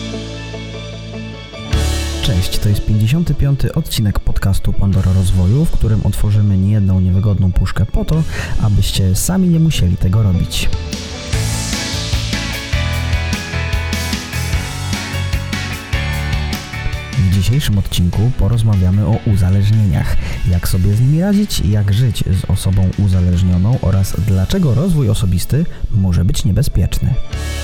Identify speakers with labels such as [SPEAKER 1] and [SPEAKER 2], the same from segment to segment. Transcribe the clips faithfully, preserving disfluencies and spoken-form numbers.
[SPEAKER 1] Cześć, to jest pięćdziesiąty piąty odcinek podcastu Pandora Rozwoju, w którym otworzymy niejedną niewygodną puszkę po to, abyście sami nie musieli tego robić. W dzisiejszym odcinku porozmawiamy o uzależnieniach, jak sobie z nimi radzić, jak żyć z osobą uzależnioną oraz dlaczego rozwój osobisty może być niebezpieczny.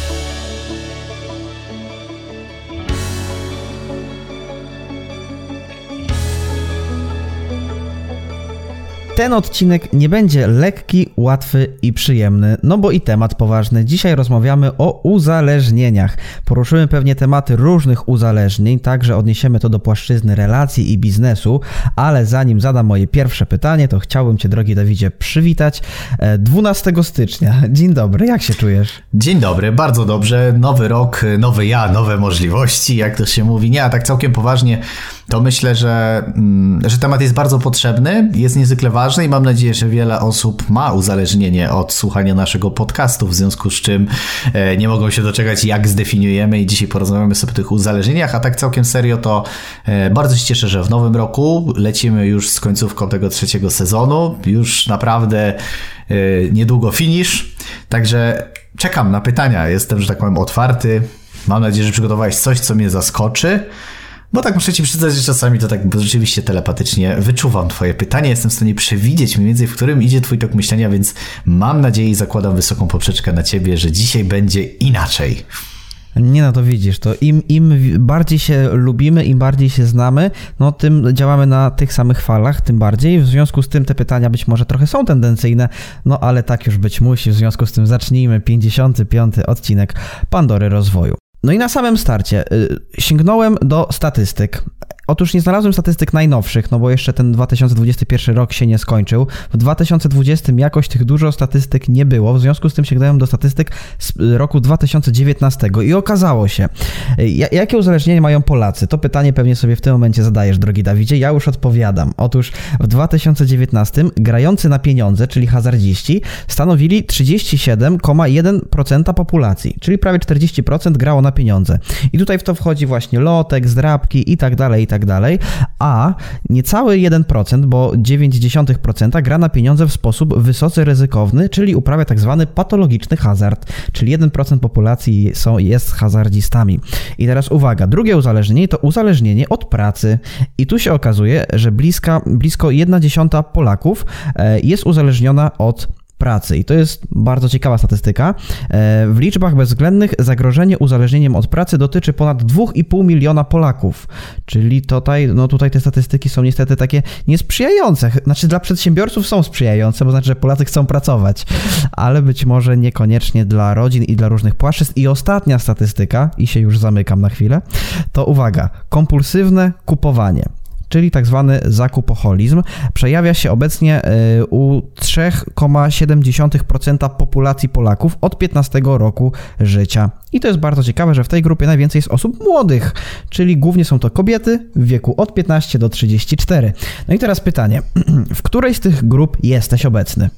[SPEAKER 1] Ten odcinek nie będzie lekki, łatwy i przyjemny, no bo i temat poważny. Dzisiaj rozmawiamy o uzależnieniach. Poruszymy pewnie tematy różnych uzależnień, także odniesiemy to do płaszczyzny relacji i biznesu, ale zanim zadam moje pierwsze pytanie, to chciałbym Cię, drogi Dawidzie, przywitać dwunastego stycznia. Dzień dobry, jak się czujesz?
[SPEAKER 2] Dzień dobry, bardzo dobrze. Nowy rok, nowy ja, nowe możliwości, jak to się mówi. Nie, a tak całkiem poważnie, to myślę, że, że temat jest bardzo potrzebny, jest niezwykle ważny i mam nadzieję, że wiele osób ma uzależnienie od słuchania naszego podcastu, w związku z czym nie mogą się doczekać, jak zdefiniujemy i dzisiaj porozmawiamy sobie o tych uzależnieniach, a tak całkiem serio to bardzo się cieszę, że w nowym roku lecimy już z końcówką tego trzeciego sezonu, już naprawdę niedługo finish, także czekam na pytania, jestem, że tak powiem, otwarty, mam nadzieję, że przygotowałeś coś, co mnie zaskoczy. Bo tak muszę Ci przyznać, że czasami to tak rzeczywiście telepatycznie wyczuwam Twoje pytanie, jestem w stanie przewidzieć mniej więcej, w którym idzie Twój tok myślenia, więc mam nadzieję i zakładam wysoką poprzeczkę na Ciebie, że dzisiaj będzie inaczej.
[SPEAKER 1] Nie no, to widzisz, to im, im bardziej się lubimy, im bardziej się znamy, no tym działamy na tych samych falach, tym bardziej. W związku z tym te pytania być może trochę są tendencyjne, no ale tak już być musi. W związku z tym zacznijmy pięćdziesiąty piąty odcinek Pandory Rozwoju. No i na samym starcie yy, sięgnąłem do statystyk. Otóż nie znalazłem statystyk najnowszych, no bo jeszcze ten dwa tysiące dwudziesty pierwszy rok się nie skończył. W dwa tysiące dwudziestym jakoś tych dużo statystyk nie było, w związku z tym sięgnąłem do statystyk z roku dwa tysiące dziewiętnastego i okazało się, jakie uzależnienia mają Polacy. To pytanie pewnie sobie w tym momencie zadajesz, drogi Dawidzie, ja już odpowiadam. Otóż w dwa tysiące dziewiętnastym grający na pieniądze, czyli hazardziści, stanowili trzydzieści siedem przecinek jeden procent populacji, czyli prawie czterdzieści procent grało na pieniądze. I tutaj w to wchodzi właśnie lotek, zdrabki i tak dalej, i tak dalej, a niecały jeden procent, bo dziewięć przecinek pięć procent gra na pieniądze w sposób wysoce ryzykowny, czyli uprawia tak zwany patologiczny hazard, czyli jeden procent populacji są, jest hazardzistami. I teraz uwaga, drugie uzależnienie to uzależnienie od pracy i tu się okazuje, że bliska, blisko jedna dziesiąta Polaków jest uzależniona od pracy. I to jest bardzo ciekawa statystyka. W liczbach bezwzględnych zagrożenie uzależnieniem od pracy dotyczy ponad dwa i pół miliona Polaków. Czyli tutaj, no tutaj te statystyki są niestety takie niesprzyjające. Znaczy dla przedsiębiorców są sprzyjające, bo znaczy, że Polacy chcą pracować, ale być może niekoniecznie dla rodzin i dla różnych płaszczyzn. I ostatnia statystyka, i się już zamykam na chwilę, to uwaga, kompulsywne kupowanie, czyli tak zwany zakupoholizm, przejawia się obecnie u trzy przecinek siedem procent populacji Polaków od piętnastego roku życia. I to jest bardzo ciekawe, że w tej grupie najwięcej jest osób młodych, czyli głównie są to kobiety w wieku od piętnastu do trzydziestu czterech. No i teraz pytanie, w której z tych grup jesteś obecny?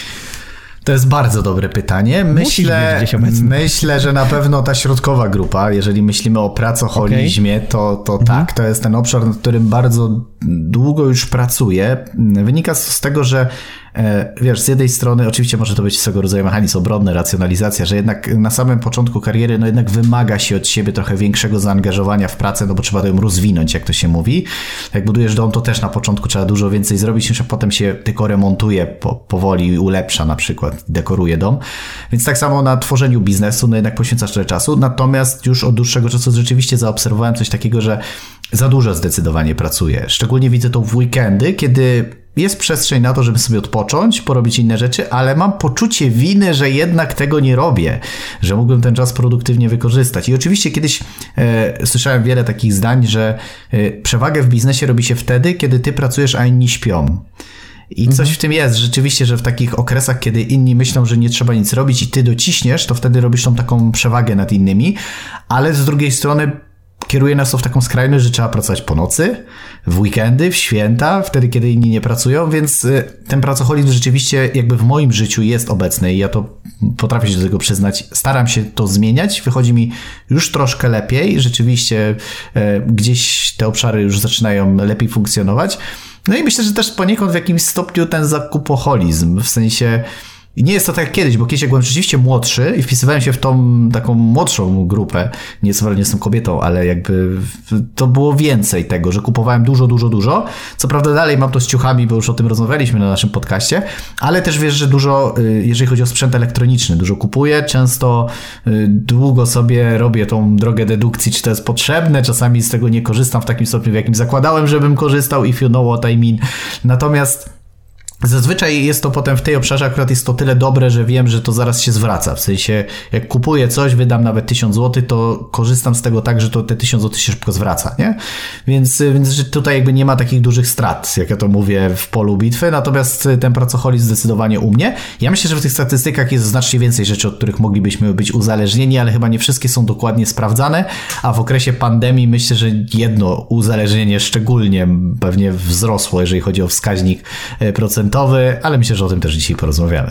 [SPEAKER 2] To jest bardzo dobre pytanie. Myślę, myślę, że na pewno ta środkowa grupa, jeżeli myślimy o pracoholizmie, okay. to, to mhm. tak, to jest ten obszar, nad którym bardzo długo już pracuję. Wynika z tego, że wiesz, z jednej strony oczywiście może to być swego rodzaju mechanizm obronny, racjonalizacja, że jednak na samym początku kariery no jednak wymaga się od siebie trochę większego zaangażowania w pracę, no bo trzeba ją rozwinąć, jak to się mówi. Jak budujesz dom, to też na początku trzeba dużo więcej zrobić, niż a potem się tylko remontuje po, powoli i ulepsza na przykład, dekoruje dom. Więc tak samo na tworzeniu biznesu, no jednak poświęcasz trochę czasu, natomiast już od dłuższego czasu rzeczywiście zaobserwowałem coś takiego, że za dużo zdecydowanie pracuję. Szczególnie widzę to w weekendy, kiedy jest przestrzeń na to, żeby sobie odpocząć, porobić inne rzeczy, ale mam poczucie winy, że jednak tego nie robię, że mógłbym ten czas produktywnie wykorzystać. I oczywiście kiedyś e, słyszałem wiele takich zdań, że e, przewagę w biznesie robi się wtedy, kiedy ty pracujesz, a inni śpią. I coś mhm. w tym jest, rzeczywiście, że w takich okresach, kiedy inni myślą, że nie trzeba nic robić i ty dociśniesz, to wtedy robisz tą taką przewagę nad innymi, ale z drugiej strony kieruje nas to w taką skrajność, że trzeba pracować po nocy, w weekendy, w święta, wtedy, kiedy inni nie pracują, więc ten pracoholizm rzeczywiście jakby w moim życiu jest obecny i ja to potrafię się do tego przyznać. Staram się to zmieniać, wychodzi mi już troszkę lepiej, rzeczywiście e, gdzieś te obszary już zaczynają lepiej funkcjonować. No i myślę, że też poniekąd w jakimś stopniu ten zakupoholizm, w sensie i nie jest to tak jak kiedyś, bo kiedyś jak byłem rzeczywiście młodszy i wpisywałem się w tą taką młodszą grupę, nie co prawda nie jestem kobietą, ale jakby to było więcej tego, że kupowałem dużo, dużo, dużo. Co prawda dalej mam to z ciuchami, bo już o tym rozmawialiśmy na naszym podcaście, ale też wiesz, że dużo, jeżeli chodzi o sprzęt elektroniczny, dużo kupuję, często długo sobie robię tą drogę dedukcji, czy to jest potrzebne, czasami z tego nie korzystam w takim stopniu, w jakim zakładałem, żebym korzystał, if you know what I mean. Natomiast zazwyczaj jest to potem w tej obszarze akurat jest to tyle dobre, że wiem, że to zaraz się zwraca. W sensie, jak kupuję coś, wydam nawet tysiąc złotych, to korzystam z tego tak, że to te tysiąc złotych się szybko zwraca, nie? Więc, więc tutaj jakby nie ma takich dużych strat, jak ja to mówię, w polu bitwy, natomiast ten pracoholizm zdecydowanie u mnie. Ja myślę, że w tych statystykach jest znacznie więcej rzeczy, od których moglibyśmy być uzależnieni, ale chyba nie wszystkie są dokładnie sprawdzane, a w okresie pandemii myślę, że jedno uzależnienie szczególnie pewnie wzrosło, jeżeli chodzi o wskaźnik procentowy, ale myślę, że o tym też dzisiaj porozmawiamy.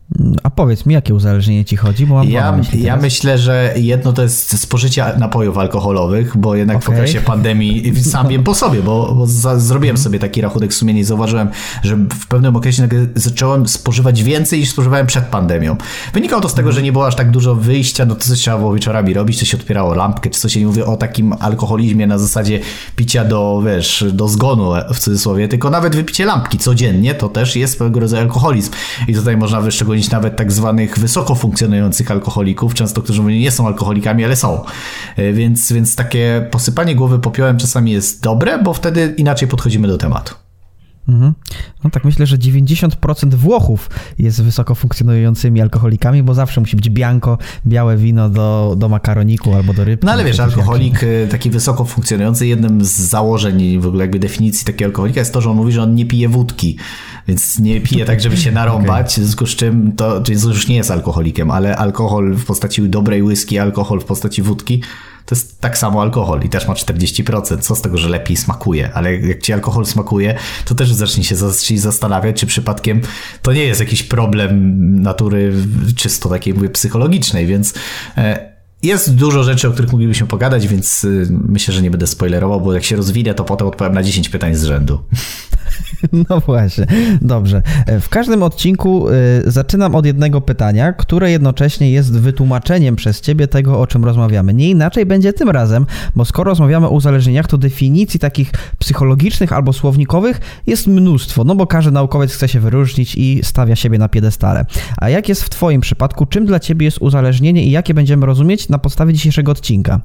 [SPEAKER 1] A powiedz mi, jakie uzależnienie ci chodzi? Bo mam
[SPEAKER 2] ja, myśli ja myślę, że jedno to jest spożycie napojów alkoholowych, bo jednak okay. w okresie pandemii sam wiem po sobie, bo, bo za, zrobiłem sobie taki rachunek sumienia i zauważyłem, że w pewnym okresie zacząłem spożywać więcej niż spożywałem przed pandemią. Wynikało to z tego, że nie było aż tak dużo wyjścia, no to coś trzeba było wieczorami robić, coś się odpierało lampkę, czy coś, nie mówię o takim alkoholizmie na zasadzie picia do, wiesz, do zgonu w cudzysłowie, tylko nawet wypicie lampki codziennie to też jest pewnego rodzaju alkoholizm. I tutaj można wyszczególnić nawet tak zwanych wysoko funkcjonujących alkoholików, często którzy nie są alkoholikami, ale są. Więc, więc takie posypanie głowy popiołem czasami jest dobre, bo wtedy inaczej podchodzimy do tematu.
[SPEAKER 1] Mhm. No tak myślę, że dziewięćdziesiąt procent Włochów jest wysoko funkcjonującymi alkoholikami, bo zawsze musi być bianco, białe wino do, do makaroniku albo do rybki.
[SPEAKER 2] No ale wiesz, alkoholik taki wysoko funkcjonujący, jednym z założeń w ogóle jakby definicji takiego alkoholika jest to, że on mówi, że on nie pije wódki, więc nie pije tak, żeby się narąbać, okay. W związku z czym to, czyli już nie jest alkoholikiem, ale alkohol w postaci dobrej whisky, alkohol w postaci wódki, to jest tak samo alkohol i też ma czterdzieści procent. Co z tego, że lepiej smakuje, ale jak ci alkohol smakuje, to też zacznie się zacznij zastanawiać, czy przypadkiem to nie jest jakiś problem natury czysto takiej, mówię, psychologicznej, więc jest dużo rzeczy, o których moglibyśmy pogadać, więc myślę, że nie będę spoilerował, bo jak się rozwinie, to potem odpowiem na dziesięć pytań z rzędu.
[SPEAKER 1] No właśnie, dobrze. W każdym odcinku zaczynam od jednego pytania, które jednocześnie jest wytłumaczeniem przez ciebie tego, o czym rozmawiamy. Nie inaczej będzie tym razem, bo skoro rozmawiamy o uzależnieniach, to definicji takich psychologicznych albo słownikowych jest mnóstwo, no bo każdy naukowiec chce się wyróżnić i stawia siebie na piedestale. A jak jest w twoim przypadku? Czym dla ciebie jest uzależnienie i jakie będziemy rozumieć na podstawie dzisiejszego odcinka?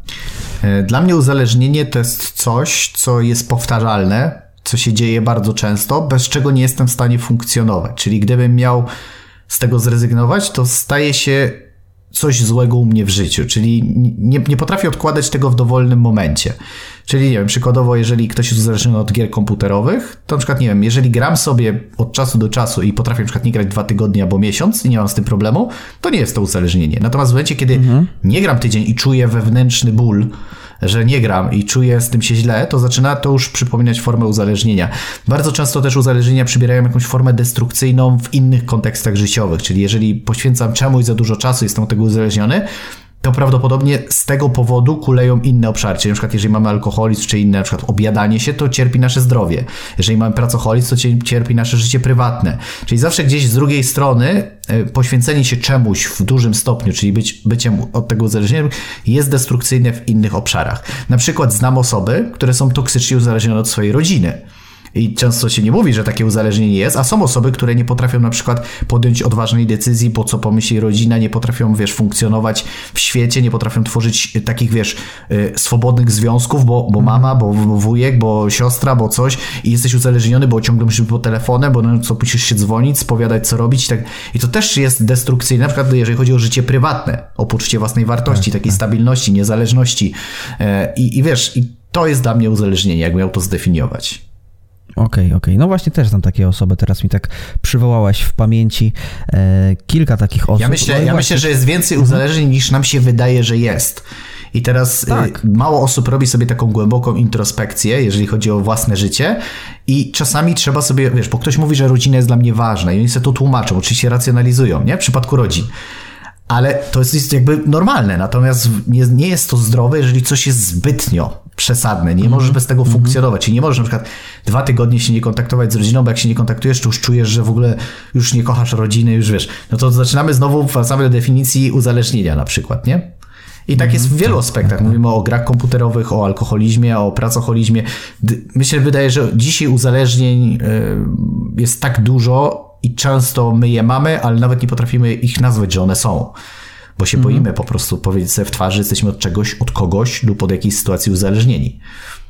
[SPEAKER 2] Dla mnie uzależnienie to jest coś, co jest powtarzalne, co się dzieje bardzo często, bez czego nie jestem w stanie funkcjonować. Czyli gdybym miał z tego zrezygnować, to staje się coś złego u mnie w życiu. Czyli nie, nie potrafię odkładać tego w dowolnym momencie. Czyli nie wiem, przykładowo, jeżeli ktoś jest uzależniony od gier komputerowych, to na przykład, nie wiem, jeżeli gram sobie od czasu do czasu i potrafię na przykład nie grać dwa tygodnie albo miesiąc i nie mam z tym problemu, to nie jest to uzależnienie. Natomiast w momencie, kiedy mhm. nie gram tydzień i czuję wewnętrzny ból, że nie gram i czuję z tym się źle, to zaczyna to już przypominać formę uzależnienia. Bardzo często też uzależnienia przybierają jakąś formę destrukcyjną w innych kontekstach życiowych, czyli jeżeli poświęcam czemuś za dużo czasu, jestem od tego uzależniony, to prawdopodobnie z tego powodu kuleją inne obszary. Czyli na przykład jeżeli mamy alkoholizm czy inne, na przykład objadanie się, to cierpi nasze zdrowie. Jeżeli mamy pracoholizm, to cierpi nasze życie prywatne. Czyli zawsze gdzieś z drugiej strony poświęcenie się czemuś w dużym stopniu, czyli być, byciem od tego uzależnieniem, jest destrukcyjne w innych obszarach. Na przykład znam osoby, które są toksycznie uzależnione od swojej rodziny. I często się nie mówi, że takie uzależnienie jest, a są osoby, które nie potrafią na przykład podjąć odważnej decyzji, bo co pomyśli rodzina, nie potrafią, wiesz, funkcjonować w świecie, nie potrafią tworzyć takich, wiesz, swobodnych związków, bo, bo mama, bo wujek, bo siostra, bo coś i jesteś uzależniony, bo ciągle musisz po telefonie, bo no, co musisz się dzwonić, spowiadać, co robić. Tak. I to też jest destrukcyjne, na przykład jeżeli chodzi o życie prywatne, o poczucie własnej wartości, tak, takiej tak. stabilności, niezależności. I, i wiesz, i to jest dla mnie uzależnienie, jak miał to zdefiniować.
[SPEAKER 1] Okej, okay, okej. Okay. No właśnie też znam takie osoby, teraz mi tak przywołałaś w pamięci e, kilka takich osób.
[SPEAKER 2] Ja myślę,
[SPEAKER 1] no
[SPEAKER 2] ja
[SPEAKER 1] właśnie...
[SPEAKER 2] myślę, że jest więcej uzależnień niż nam się wydaje, że jest. I teraz tak. mało osób robi sobie taką głęboką introspekcję, jeżeli chodzi o własne życie i czasami trzeba sobie, wiesz, bo ktoś mówi, że rodzina jest dla mnie ważna i oni sobie to tłumaczą, oczywiście racjonalizują, nie? W przypadku rodzin. Ale to jest jakby normalne, natomiast nie, nie jest to zdrowe, jeżeli coś jest zbytnio przesadne. Nie mm-hmm. możesz bez tego mm-hmm. funkcjonować. I nie możesz na przykład dwa tygodnie się nie kontaktować z rodziną, bo jak się nie kontaktujesz, to już czujesz, że w ogóle już nie kochasz rodziny, już wiesz. No to zaczynamy znowu wracamy do definicji uzależnienia na przykład, nie? I tak jest w wielu aspektach. Mówimy o grach komputerowych, o alkoholizmie, o pracoholizmie. Myślę, wydaje, że dzisiaj uzależnień jest tak dużo i często my je mamy, ale nawet nie potrafimy ich nazwać, że one są. Bo się mhm. boimy po prostu powiedzieć sobie w twarzy, jesteśmy od czegoś, od kogoś lub od jakiejś sytuacji uzależnieni.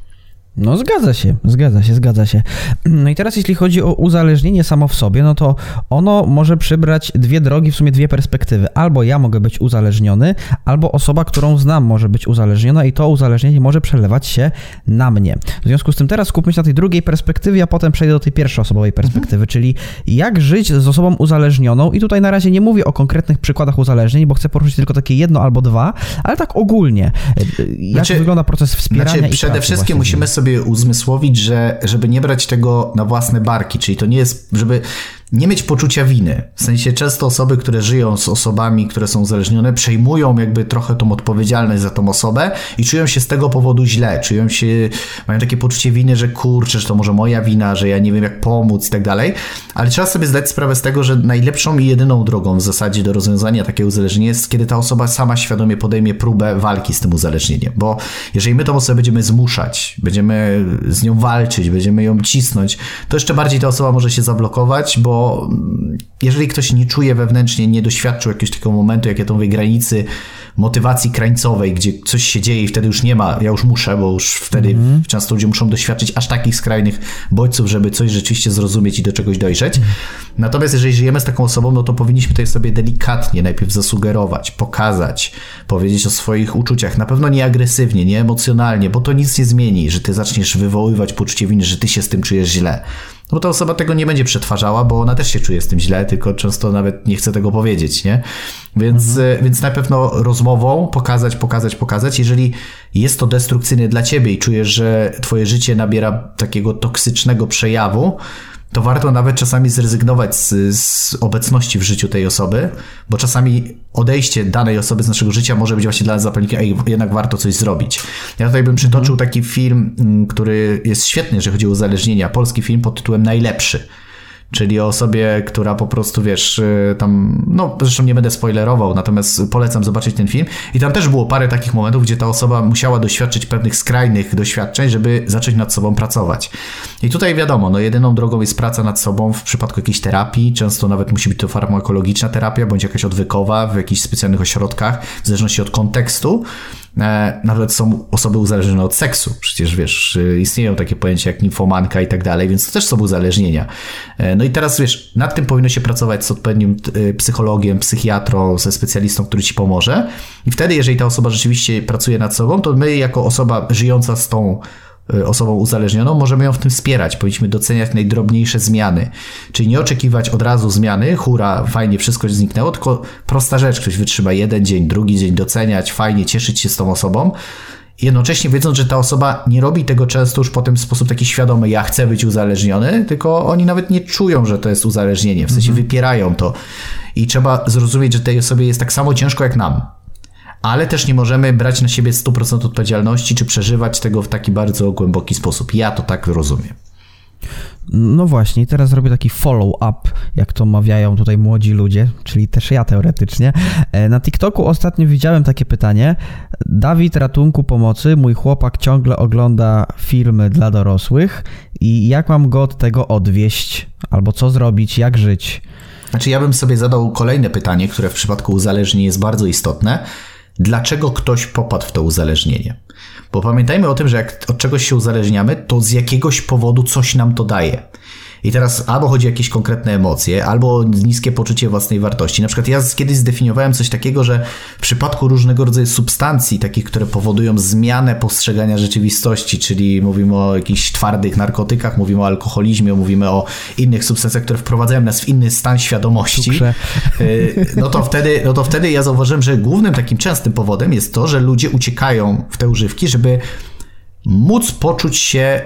[SPEAKER 1] No zgadza się, zgadza się, zgadza się. No i teraz jeśli chodzi o uzależnienie samo w sobie, no to ono może przybrać dwie drogi, w sumie dwie perspektywy. Albo ja mogę być uzależniony, albo osoba, którą znam, może być uzależniona i to uzależnienie może przelewać się na mnie. W związku z tym teraz skupmy się na tej drugiej perspektywie, a potem przejdę do tej pierwszoosobowej perspektywy, mhm. czyli jak żyć z osobą uzależnioną i tutaj na razie nie mówię o konkretnych przykładach uzależnień, bo chcę poruszyć tylko takie jedno albo dwa, ale tak ogólnie. Jak znaczy, wygląda proces wspierania
[SPEAKER 2] znaczy,
[SPEAKER 1] i
[SPEAKER 2] przede wszystkim musimy sobie uzmysłowić, że żeby nie brać tego na własne barki, czyli to nie jest, żeby nie mieć poczucia winy. W sensie często osoby, które żyją z osobami, które są uzależnione, przejmują jakby trochę tą odpowiedzialność za tą osobę i czują się z tego powodu źle. Czują się, mają takie poczucie winy, że kurczę, że to może moja wina, że ja nie wiem jak pomóc i tak dalej. Ale trzeba sobie zdać sprawę z tego, że najlepszą i jedyną drogą w zasadzie do rozwiązania takiego uzależnienia jest, kiedy ta osoba sama świadomie podejmie próbę walki z tym uzależnieniem. Bo jeżeli my tą osobę będziemy zmuszać, będziemy z nią walczyć, będziemy ją cisnąć, to jeszcze bardziej ta osoba może się zablokować, bo jeżeli ktoś nie czuje wewnętrznie, nie doświadczył jakiegoś takiego momentu, jak ja to mówię, granicy motywacji krańcowej, gdzie coś się dzieje i wtedy już nie ma, ja już muszę, bo już wtedy mm-hmm. często ludzie muszą doświadczyć aż takich skrajnych bodźców, żeby coś rzeczywiście zrozumieć i do czegoś dojrzeć. Mm. Natomiast jeżeli żyjemy z taką osobą, no to powinniśmy tutaj sobie delikatnie najpierw zasugerować, pokazać, powiedzieć o swoich uczuciach. Na pewno nie agresywnie, nie emocjonalnie, bo to nic nie zmieni, że ty zaczniesz wywoływać poczucie winy, że ty się z tym czujesz źle. No bo ta osoba tego nie będzie przetwarzała, bo ona też się czuje z tym źle, tylko często nawet nie chce tego powiedzieć, nie? Więc, mhm. więc na pewno rozmową pokazać, pokazać, pokazać. Jeżeli jest to destrukcyjne dla ciebie i czujesz, że twoje życie nabiera takiego toksycznego przejawu, to warto nawet czasami zrezygnować z, z obecności w życiu tej osoby, bo czasami odejście danej osoby z naszego życia może być właśnie dla nas zapalnikiem, a jednak warto coś zrobić. Ja tutaj bym przytoczył taki film, który jest świetny, jeżeli chodzi o uzależnienia. Polski film pod tytułem Najlepszy. Czyli o osobie, która po prostu, wiesz, tam, no zresztą nie będę spoilerował, natomiast polecam zobaczyć ten film. I tam też było parę takich momentów, gdzie ta osoba musiała doświadczyć pewnych skrajnych doświadczeń, żeby zacząć nad sobą pracować. I tutaj wiadomo, no jedyną drogą jest praca nad sobą w przypadku jakiejś terapii. Często nawet musi być to farmakologiczna terapia, bądź jakaś odwykowa w jakichś specjalnych ośrodkach, w zależności od kontekstu. Nawet są osoby uzależnione od seksu. Przecież wiesz, istnieją takie pojęcia jak nimfomanka i tak dalej, więc to też są uzależnienia. No i teraz wiesz, nad tym powinno się pracować z odpowiednim psychologiem, psychiatrą, ze specjalistą, który ci pomoże. I wtedy, jeżeli ta osoba rzeczywiście pracuje nad sobą, to my jako osoba żyjąca z tą osobą uzależnioną, możemy ją w tym wspierać. Powinniśmy doceniać najdrobniejsze zmiany. Czyli nie oczekiwać od razu zmiany, hura, fajnie, wszystko zniknęło, tylko prosta rzecz, ktoś wytrzyma jeden dzień, drugi dzień, doceniać, fajnie, cieszyć się z tą osobą. Jednocześnie wiedząc, że ta osoba nie robi tego często już potem w sposób taki świadomy, ja chcę być uzależniony, tylko oni nawet nie czują, że to jest uzależnienie, w sensie mhm. wypierają to. I trzeba zrozumieć, że tej osobie jest tak samo ciężko jak nam. Ale też nie możemy brać na siebie sto procent odpowiedzialności, czy przeżywać tego w taki bardzo głęboki sposób. Ja to tak rozumiem.
[SPEAKER 1] No właśnie, teraz zrobię taki follow-up, jak to mawiają tutaj młodzi ludzie, czyli też ja teoretycznie. Na TikToku ostatnio widziałem takie pytanie. Dawid, ratunku, pomocy, mój chłopak ciągle ogląda filmy dla dorosłych i jak mam go od tego odwieść? Albo co zrobić, jak żyć?
[SPEAKER 2] Znaczy ja bym sobie zadał kolejne pytanie, które w przypadku uzależnień jest bardzo istotne. Dlaczego ktoś popadł w to uzależnienie? Bo pamiętajmy o tym, że jak od czegoś się uzależniamy, to z jakiegoś powodu coś nam to daje. I teraz albo chodzi o jakieś konkretne emocje, albo o niskie poczucie własnej wartości. Na przykład ja kiedyś zdefiniowałem coś takiego, że w przypadku różnego rodzaju substancji, takich, które powodują zmianę postrzegania rzeczywistości, czyli mówimy o jakichś twardych narkotykach, mówimy o alkoholizmie, mówimy o innych substancjach, które wprowadzają nas w inny stan świadomości, Cukrze. no to wtedy, no to wtedy ja zauważyłem, że głównym takim częstym powodem jest to, że ludzie uciekają w te używki, żeby móc poczuć się,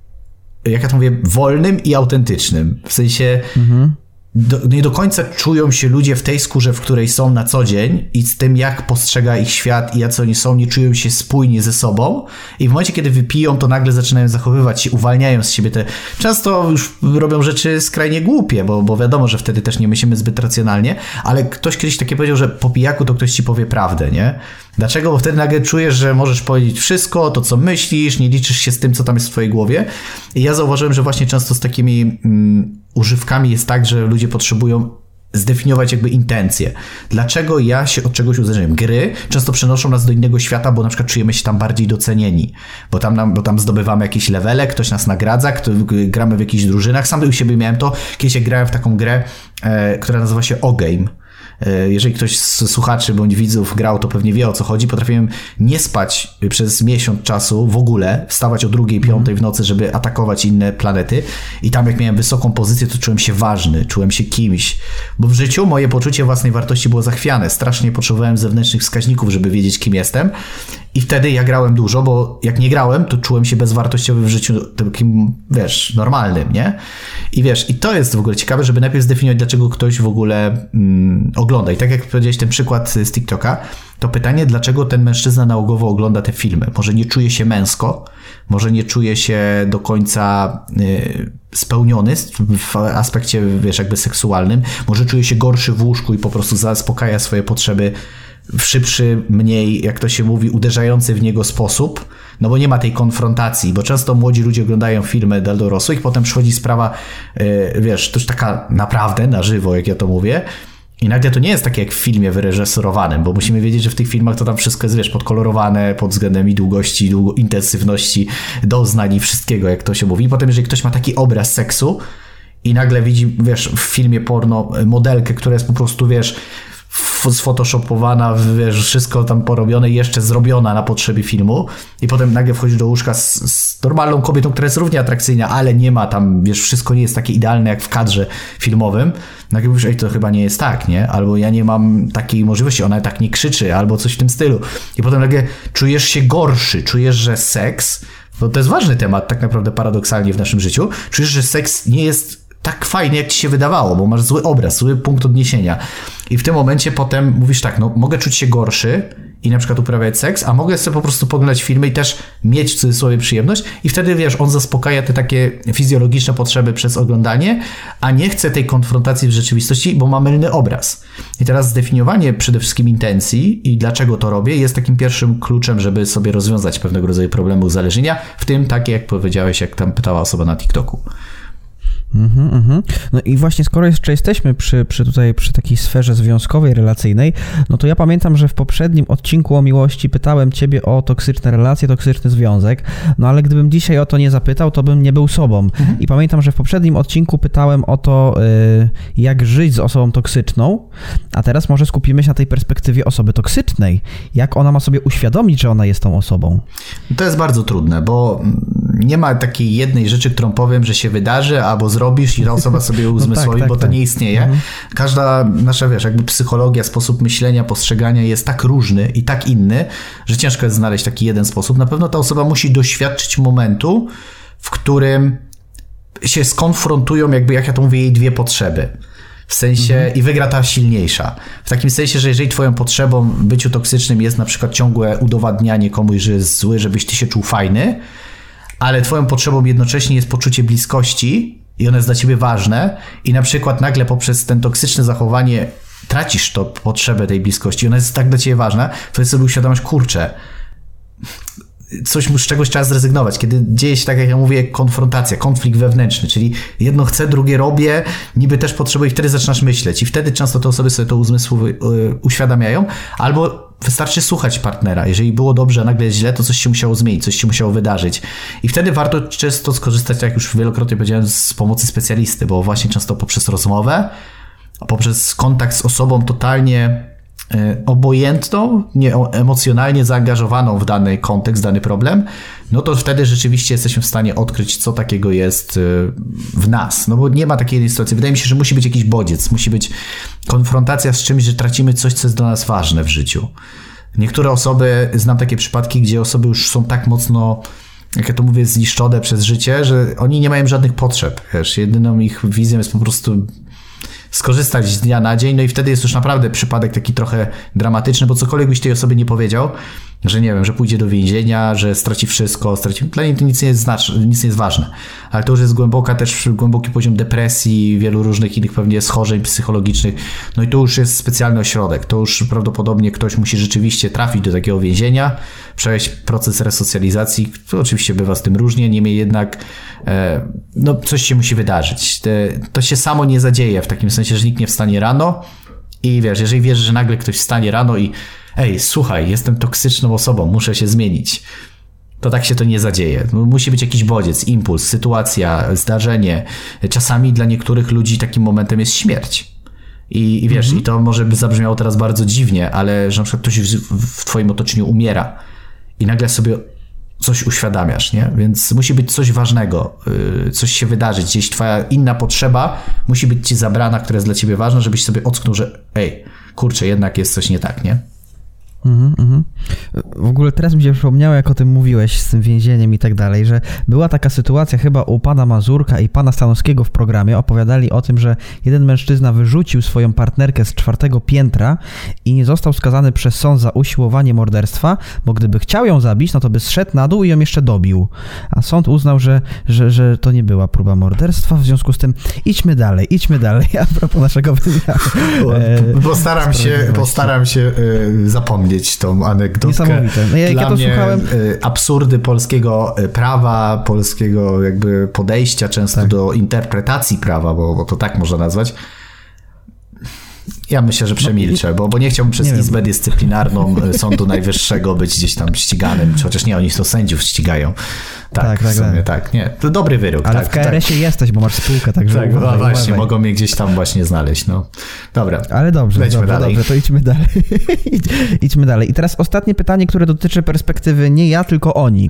[SPEAKER 2] jak ja to mówię, wolnym i autentycznym. W sensie mhm. do, nie do końca czują się ludzie w tej skórze, w której są na co dzień i z tym, jak postrzega ich świat i jacy oni są, nie czują się spójni ze sobą i w momencie, kiedy wypiją, to nagle zaczynają zachowywać się, uwalniają z siebie te... Często już robią rzeczy skrajnie głupie, bo, bo wiadomo, że wtedy też nie myślimy zbyt racjonalnie, ale ktoś kiedyś takie powiedział, że po pijaku to ktoś ci powie prawdę, nie? Dlaczego? Bo wtedy nagle czujesz, że możesz powiedzieć wszystko, to co myślisz, nie liczysz się z tym, co tam jest w twojej głowie. I ja zauważyłem, że właśnie często z takimi mm, używkami jest tak, że ludzie potrzebują zdefiniować jakby intencje. Dlaczego ja się od czegoś uzależniam? Gry często przenoszą nas do innego świata, bo na przykład czujemy się tam bardziej docenieni, bo tam, nam, bo tam zdobywamy jakieś levele, ktoś nas nagradza, kto, gramy w jakichś drużynach. Sam u siebie miałem to, kiedyś jak grałem w taką grę, e, która nazywa się O-Game. Jeżeli ktoś z słuchaczy bądź widzów grał, to pewnie wie, o co chodzi. Potrafiłem nie spać przez miesiąc czasu w ogóle, wstawać o drugiej, piątej w nocy, żeby atakować inne planety i tam jak miałem wysoką pozycję, to czułem się ważny, czułem się kimś, bo w życiu moje poczucie własnej wartości było zachwiane. Strasznie potrzebowałem zewnętrznych wskaźników, żeby wiedzieć, kim jestem i wtedy ja grałem dużo, bo jak nie grałem, to czułem się bezwartościowy w życiu takim, wiesz, normalnym, nie? I wiesz, i to jest w ogóle ciekawe, żeby najpierw zdefiniować, dlaczego ktoś w ogóle mm, ogląda. I tak jak powiedziałeś ten przykład z TikToka, to pytanie, dlaczego ten mężczyzna nałogowo ogląda te filmy? Może nie czuje się męsko, może nie czuje się do końca y, spełniony w aspekcie, wiesz, jakby seksualnym, może czuje się gorszy w łóżku i po prostu zaspokaja swoje potrzeby w szybszy, mniej, jak to się mówi, uderzający w niego sposób, no bo nie ma tej konfrontacji, bo często młodzi ludzie oglądają filmy dla dorosłych, potem przychodzi sprawa, yy, wiesz, to już taka naprawdę na żywo, jak ja to mówię, i nagle to nie jest takie jak w filmie wyreżyserowanym, bo musimy wiedzieć, że w tych filmach to tam wszystko jest, wiesz, podkolorowane pod względem i długości, długo, intensywności, doznań i wszystkiego, jak to się mówi. I potem, jeżeli ktoś ma taki obraz seksu i nagle widzi, wiesz, w filmie porno modelkę, która jest po prostu, wiesz, sfotoshopowana, wiesz, wszystko tam porobione i jeszcze zrobiona na potrzeby filmu i potem nagle wchodzi do łóżka z, z normalną kobietą, która jest równie atrakcyjna, ale nie ma tam, wiesz, wszystko nie jest takie idealne jak w kadrze filmowym. Nagle mówisz, ej, to chyba nie jest tak, nie? Albo ja nie mam takiej możliwości, ona tak nie krzyczy, albo coś w tym stylu. I potem nagle czujesz się gorszy, czujesz, że seks, bo to jest ważny temat tak naprawdę paradoksalnie w naszym życiu, czujesz, że seks nie jest tak fajnie, jak ci się wydawało, bo masz zły obraz, zły punkt odniesienia. I w tym momencie potem mówisz tak, no mogę czuć się gorszy i na przykład uprawiać seks, a mogę sobie po prostu poglądać filmy i też mieć w cudzysłowie przyjemność i wtedy, wiesz, on zaspokaja te takie fizjologiczne potrzeby przez oglądanie, a nie chce tej konfrontacji w rzeczywistości, bo ma mylny obraz. I teraz zdefiniowanie przede wszystkim intencji i dlaczego to robię jest takim pierwszym kluczem, żeby sobie rozwiązać pewnego rodzaju problemy uzależnienia, w tym takie, jak powiedziałeś, jak tam pytała osoba na TikToku.
[SPEAKER 1] Mm-hmm, mm-hmm. No i właśnie skoro jeszcze jesteśmy przy, przy tutaj przy takiej sferze związkowej, relacyjnej, no to ja pamiętam, że w poprzednim odcinku o miłości pytałem ciebie o toksyczne relacje, toksyczny związek, no ale gdybym dzisiaj o to nie zapytał, to bym nie był sobą. Mm-hmm. I pamiętam, że w poprzednim odcinku pytałem o to, yy, jak żyć z osobą toksyczną, a teraz może skupimy się na tej perspektywie osoby toksycznej. Jak ona ma sobie uświadomić, że ona jest tą osobą?
[SPEAKER 2] To jest bardzo trudne, bo nie ma takiej jednej rzeczy, którą powiem, że się wydarzy, albo zrobisz i ta osoba sobie uzmysłowi, no tak, tak, bo to tak. nie istnieje. Mhm. Każda nasza, wiesz, jakby psychologia, sposób myślenia, postrzegania jest tak różny i tak inny, że ciężko jest znaleźć taki jeden sposób. Na pewno ta osoba musi doświadczyć momentu, w którym się skonfrontują, jakby, jak ja to mówię, jej dwie potrzeby. W sensie, mhm. i wygra ta silniejsza. W takim sensie, że jeżeli twoją potrzebą w byciu toksycznym jest na przykład ciągłe udowadnianie komuś, że jest zły, żebyś ty się czuł fajny, ale twoją potrzebą jednocześnie jest poczucie bliskości i one jest dla ciebie ważne i na przykład nagle poprzez ten toksyczne zachowanie tracisz to potrzebę tej bliskości i ona jest tak dla ciebie ważna, to jest sobie uświadomić, kurczę, coś z czegoś trzeba zrezygnować, kiedy dzieje się, tak jak ja mówię, konfrontacja, konflikt wewnętrzny, czyli jedno chcę, drugie robię, niby też potrzebuję i wtedy zaczynasz myśleć i wtedy często te osoby sobie to uzmysłowo uświadamiają, albo wystarczy słuchać partnera. Jeżeli było dobrze, a nagle jest źle, to coś się musiało zmienić, coś się musiało wydarzyć. I wtedy warto często skorzystać, jak już wielokrotnie powiedziałem, z pomocy specjalisty, bo właśnie często poprzez rozmowę, poprzez kontakt z osobą totalnie obojętną, nie, emocjonalnie zaangażowaną w dany kontekst, dany problem, no to wtedy rzeczywiście jesteśmy w stanie odkryć, co takiego jest w nas. No bo nie ma takiej sytuacji. Wydaje mi się, że musi być jakiś bodziec, musi być konfrontacja z czymś, że tracimy coś, co jest dla nas ważne w życiu. Niektóre osoby, znam takie przypadki, gdzie osoby już są tak mocno, jak ja to mówię, zniszczone przez życie, że oni nie mają żadnych potrzeb. Wiesz, jedyną ich wizją jest po prostu skorzystać z dnia na dzień, no i wtedy jest już naprawdę przypadek taki trochę dramatyczny, bo cokolwiek byś tej osobie nie powiedział, że nie wiem, że pójdzie do więzienia, że straci wszystko, straci... Dla niej to nic nie jest znaczne, nic nie jest ważne. Ale to już jest głęboka też, głęboki poziom depresji, wielu różnych innych pewnie schorzeń psychologicznych. No i tu już jest specjalny ośrodek. To już prawdopodobnie ktoś musi rzeczywiście trafić do takiego więzienia, przejść proces resocjalizacji. To oczywiście bywa z tym różnie, niemniej jednak e, no coś się musi wydarzyć. Te, to się samo nie zadzieje w takim sensie, że nikt nie wstanie rano i wiesz, jeżeli wiesz, że nagle ktoś wstanie rano i ej, słuchaj, jestem toksyczną osobą, muszę się zmienić. To tak się to nie zadzieje. Musi być jakiś bodziec, impuls, sytuacja, zdarzenie. Czasami dla niektórych ludzi takim momentem jest śmierć. I, i wiesz, mm-hmm. i to może by zabrzmiało teraz bardzo dziwnie, ale że na przykład ktoś w, w twoim otoczeniu umiera i nagle sobie coś uświadamiasz, nie? Więc musi być coś ważnego, yy, coś się wydarzyć, gdzieś twoja inna potrzeba musi być ci zabrana, która jest dla ciebie ważna, żebyś sobie ocknął, że ej, kurczę, jednak jest coś nie tak, nie?
[SPEAKER 1] Mm, mm. W ogóle teraz mi się przypomniało, jak o tym mówiłeś z tym więzieniem i tak dalej, że była taka sytuacja chyba u pana Mazurka i pana Stanowskiego w programie. Opowiadali o tym, że jeden mężczyzna wyrzucił swoją partnerkę z czwartego piętra i nie został skazany przez sąd za usiłowanie morderstwa, bo gdyby chciał ją zabić, no to by zszedł na dół i ją jeszcze dobił. A sąd uznał, że, że, że to nie była próba morderstwa, w związku z tym idźmy dalej, idźmy dalej, a propos naszego wywiadu.
[SPEAKER 2] Postaram się, postaram się yy, zapomnieć tą anegdotkę.
[SPEAKER 1] Niesamowite. No ja,
[SPEAKER 2] Dla
[SPEAKER 1] jak ja to
[SPEAKER 2] mnie
[SPEAKER 1] słuchałem...
[SPEAKER 2] absurdy polskiego prawa, polskiego jakby podejścia często tak. do interpretacji prawa, bo, bo to tak można nazwać. Ja myślę, że przemilczę, bo, bo nie chciałbym przez nie Izbę wiem. Dyscyplinarną Sądu Najwyższego być gdzieś tam ściganym, czy chociaż nie, oni to sędziów ścigają. Tak, tak, tak, w sumie, tak. tak. Nie, to dobry wyrok.
[SPEAKER 1] Ale
[SPEAKER 2] tak,
[SPEAKER 1] w K R S ie tak. jesteś, bo masz spółkę, także
[SPEAKER 2] tak, uważaj, właśnie, uważaj. Mogą mnie gdzieś tam właśnie znaleźć, no. Dobra.
[SPEAKER 1] Ale dobrze,
[SPEAKER 2] Lećmy
[SPEAKER 1] dobrze,
[SPEAKER 2] dalej.
[SPEAKER 1] dobrze, to idźmy dalej. idźmy dalej. I teraz ostatnie pytanie, które dotyczy perspektywy nie ja, tylko oni.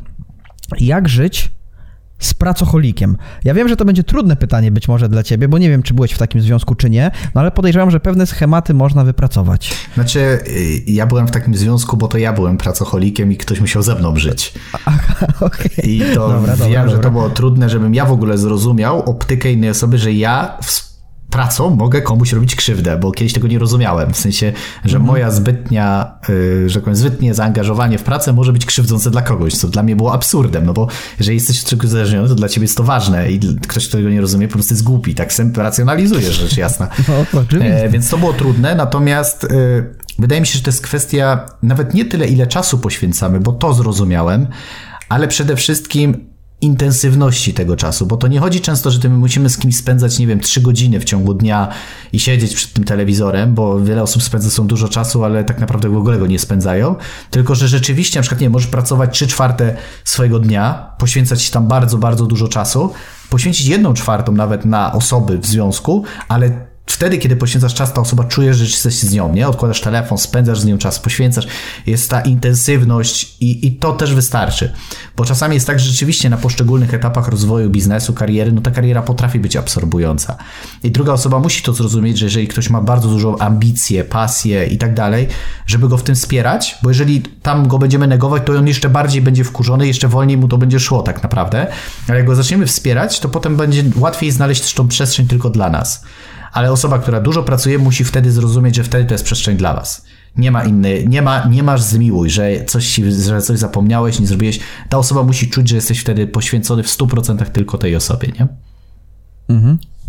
[SPEAKER 1] Jak żyć z pracocholikiem? Ja wiem, że to będzie trudne pytanie być może dla ciebie, bo nie wiem, czy byłeś w takim związku, czy nie, no ale podejrzewam, że pewne schematy można wypracować.
[SPEAKER 2] Znaczy, ja byłem w takim związku, bo to ja byłem pracocholikiem i ktoś musiał ze mną żyć.
[SPEAKER 1] Aha, okej. Okay.
[SPEAKER 2] I to dobra, wiem, dobra, że dobra. to było trudne, żebym ja w ogóle zrozumiał optykę innej osoby, że ja w pracą mogę komuś robić krzywdę, bo kiedyś tego nie rozumiałem. W sensie, że mm. moja zbytnia, yy, że tak powiem, zbytnie zaangażowanie w pracę może być krzywdzące dla kogoś, co dla mnie było absurdem, no bo jeżeli jesteś od czegoś uzależniony, to dla ciebie jest to ważne i ktoś, kto tego nie rozumie, po prostu jest głupi. Tak sobie racjonalizujesz, rzecz jasna.
[SPEAKER 1] No,
[SPEAKER 2] e, więc to było trudne, natomiast yy, wydaje mi się, że to jest kwestia nawet nie tyle, ile czasu poświęcamy, bo to zrozumiałem, ale przede wszystkim intensywności tego czasu, bo to nie chodzi często, że my musimy z kimś spędzać, nie wiem, trzy godziny w ciągu dnia i siedzieć przed tym telewizorem, bo wiele osób spędza są dużo czasu, ale tak naprawdę w ogóle go nie spędzają, tylko że rzeczywiście na przykład, nie, możesz pracować trzy czwarte swojego dnia, poświęcać tam bardzo, bardzo dużo czasu, poświęcić jedną czwartą nawet na osoby w związku, ale wtedy, kiedy poświęcasz czas, ta osoba czuje, że jesteś z nią, nie? Odkładasz telefon, spędzasz z nią czas, poświęcasz, jest ta intensywność i, i to też wystarczy. Bo czasami jest tak, że rzeczywiście na poszczególnych etapach rozwoju biznesu, kariery, no ta kariera potrafi być absorbująca. I druga osoba musi to zrozumieć, że jeżeli ktoś ma bardzo dużą ambicję, pasję i tak dalej, żeby go w tym wspierać, bo jeżeli tam go będziemy negować, to on jeszcze bardziej będzie wkurzony, jeszcze wolniej mu to będzie szło tak naprawdę. Ale jak go zaczniemy wspierać, to potem będzie łatwiej znaleźć też tą przestrzeń tylko dla nas. Ale osoba, która dużo pracuje, musi wtedy zrozumieć, że wtedy to jest przestrzeń dla was. Nie ma innej, nie ma, nie masz zmiłuj, że coś, że coś zapomniałeś, nie zrobiłeś. Ta osoba musi czuć, że jesteś wtedy poświęcony w stu procentach tylko tej osobie, nie?
[SPEAKER 1] Mhm.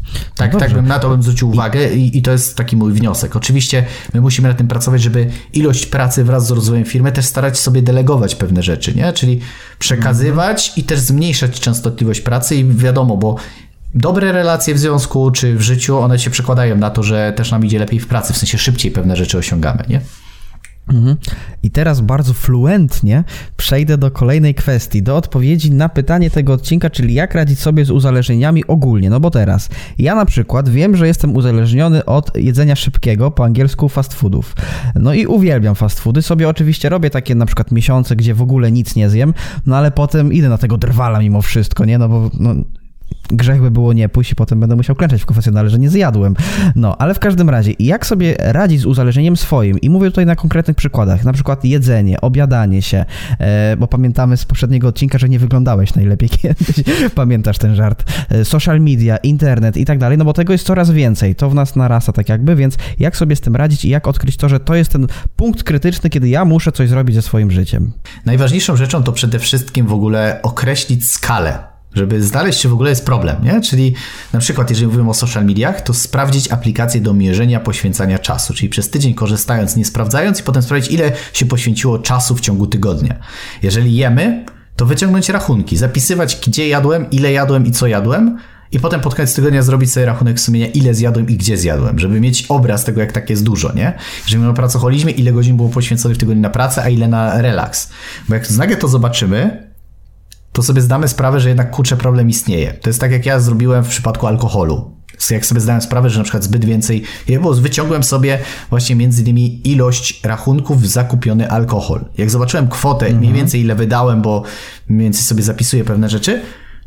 [SPEAKER 2] Tak, no tak bym na to bym zwrócił uwagę i, i to jest taki mój wniosek. Oczywiście my musimy nad tym pracować, żeby ilość pracy wraz z rozwojem firmy też starać sobie delegować pewne rzeczy, nie? Czyli przekazywać mm-hmm. i też zmniejszać częstotliwość pracy i wiadomo, bo dobre relacje w związku czy w życiu, one się przekładają na to, że też nam idzie lepiej w pracy, w sensie szybciej pewne rzeczy osiągamy, nie?
[SPEAKER 1] Mhm. I teraz bardzo fluentnie przejdę do kolejnej kwestii, do odpowiedzi na pytanie tego odcinka, czyli jak radzić sobie z uzależnieniami ogólnie. No bo teraz ja na przykład wiem, że jestem uzależniony od jedzenia szybkiego, po angielsku fast foodów. No i uwielbiam fast foody, sobie oczywiście robię takie na przykład miesiące, gdzie w ogóle nic nie zjem, no ale potem idę na tego drwala mimo wszystko, nie? No bo... No, grzech by było nie pójść i potem będę musiał klęczeć w konfesjonale, że nie zjadłem. No, ale w każdym razie, jak sobie radzić z uzależnieniem swoim? I mówię tutaj na konkretnych przykładach, na przykład jedzenie, obiadanie się, e, bo pamiętamy z poprzedniego odcinka, że nie wyglądałeś najlepiej kiedyś. Pamiętasz ten żart. E, social media, internet i tak dalej, no bo tego jest coraz więcej. To w nas narasta tak jakby, więc jak sobie z tym radzić i jak odkryć to, że to jest ten punkt krytyczny, kiedy ja muszę coś zrobić ze swoim życiem?
[SPEAKER 2] Najważniejszą rzeczą to przede wszystkim w ogóle określić skalę, żeby znaleźć, czy w ogóle jest problem, nie? Czyli na przykład, jeżeli mówimy o social mediach, to sprawdzić aplikację do mierzenia poświęcania czasu, czyli przez tydzień korzystając, nie sprawdzając i potem sprawdzić, ile się poświęciło czasu w ciągu tygodnia. Jeżeli jemy, to wyciągnąć rachunki, zapisywać, gdzie jadłem, ile jadłem i co jadłem i potem pod koniec tygodnia zrobić sobie rachunek sumienia, ile zjadłem i gdzie zjadłem, żeby mieć obraz tego, jak tak jest dużo, nie? Jeżeli mówimy o pracoholizmie, ile godzin było poświęcone w tygodniu na pracę, a ile na relaks. Bo jak nagle to zobaczymy, to sobie zdamy sprawę, że jednak kurczę problem istnieje. To jest tak, jak ja zrobiłem w przypadku alkoholu. Jak sobie zdałem sprawę, że na przykład zbyt więcej, bo wyciągłem sobie właśnie między innymi ilość rachunków w zakupiony alkohol. Jak zobaczyłem kwotę, mhm. mniej więcej ile wydałem, bo mniej więcej sobie zapisuję pewne rzeczy,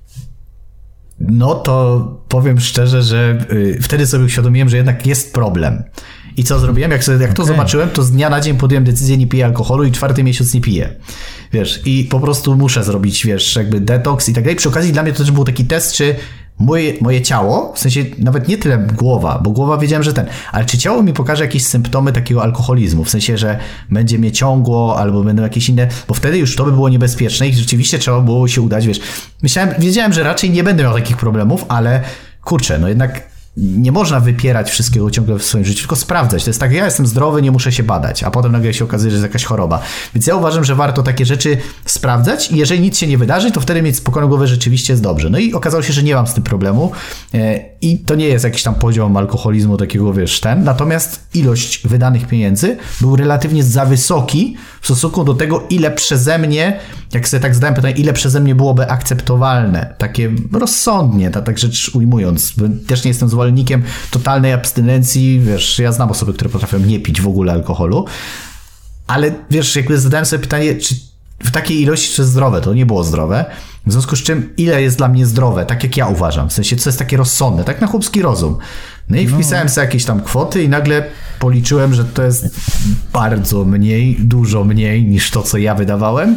[SPEAKER 2] no to powiem szczerze, że wtedy sobie uświadomiłem, że jednak jest problem. I co zrobiłem? Jak, sobie, jak to okay. zobaczyłem, to z dnia na dzień podjąłem decyzję, nie piję alkoholu i czwarty miesiąc nie piję. Wiesz, i po prostu muszę zrobić, wiesz, jakby detoks i tak dalej. Przy okazji dla mnie to też był taki test, czy moje, moje ciało, w sensie nawet nie tyle głowa, bo głowa wiedziałem, że ten, ale czy ciało mi pokaże jakieś symptomy takiego alkoholizmu, w sensie, że będzie mnie ciągło albo będą jakieś inne, bo wtedy już to by było niebezpieczne i rzeczywiście trzeba było się udać, wiesz. Myślałem, wiedziałem, że raczej nie będę miał takich problemów, ale kurczę, no jednak nie można wypierać wszystkiego ciągle w swoim życiu, tylko sprawdzać. To jest tak, ja jestem zdrowy, nie muszę się badać, a potem nagle się okazuje, że jest jakaś choroba. Więc ja uważam, że warto takie rzeczy sprawdzać i jeżeli nic się nie wydarzy, to wtedy mieć spokojną głowę, rzeczywiście jest dobrze. No i okazało się, że nie mam z tym problemu i to nie jest jakiś tam poziom alkoholizmu takiego, wiesz, ten. Natomiast ilość wydanych pieniędzy był relatywnie za wysoki w stosunku do tego, ile przeze mnie, jak sobie tak zadałem pytanie, ile przeze mnie byłoby akceptowalne, takie rozsądnie, tak, tak rzecz ujmując. Też nie jestem zwolennikiem totalnej abstynencji, wiesz, ja znam osoby, które potrafią nie pić w ogóle alkoholu, ale wiesz, jakby zadałem sobie pytanie, czy w takiej ilości czy jest zdrowe, to nie było zdrowe, w związku z czym ile jest dla mnie zdrowe, tak jak ja uważam, w sensie co jest takie rozsądne, tak na chłopski rozum. No i wpisałem sobie jakieś tam kwoty i nagle policzyłem, że to jest bardzo mniej, dużo mniej niż to, co ja wydawałem.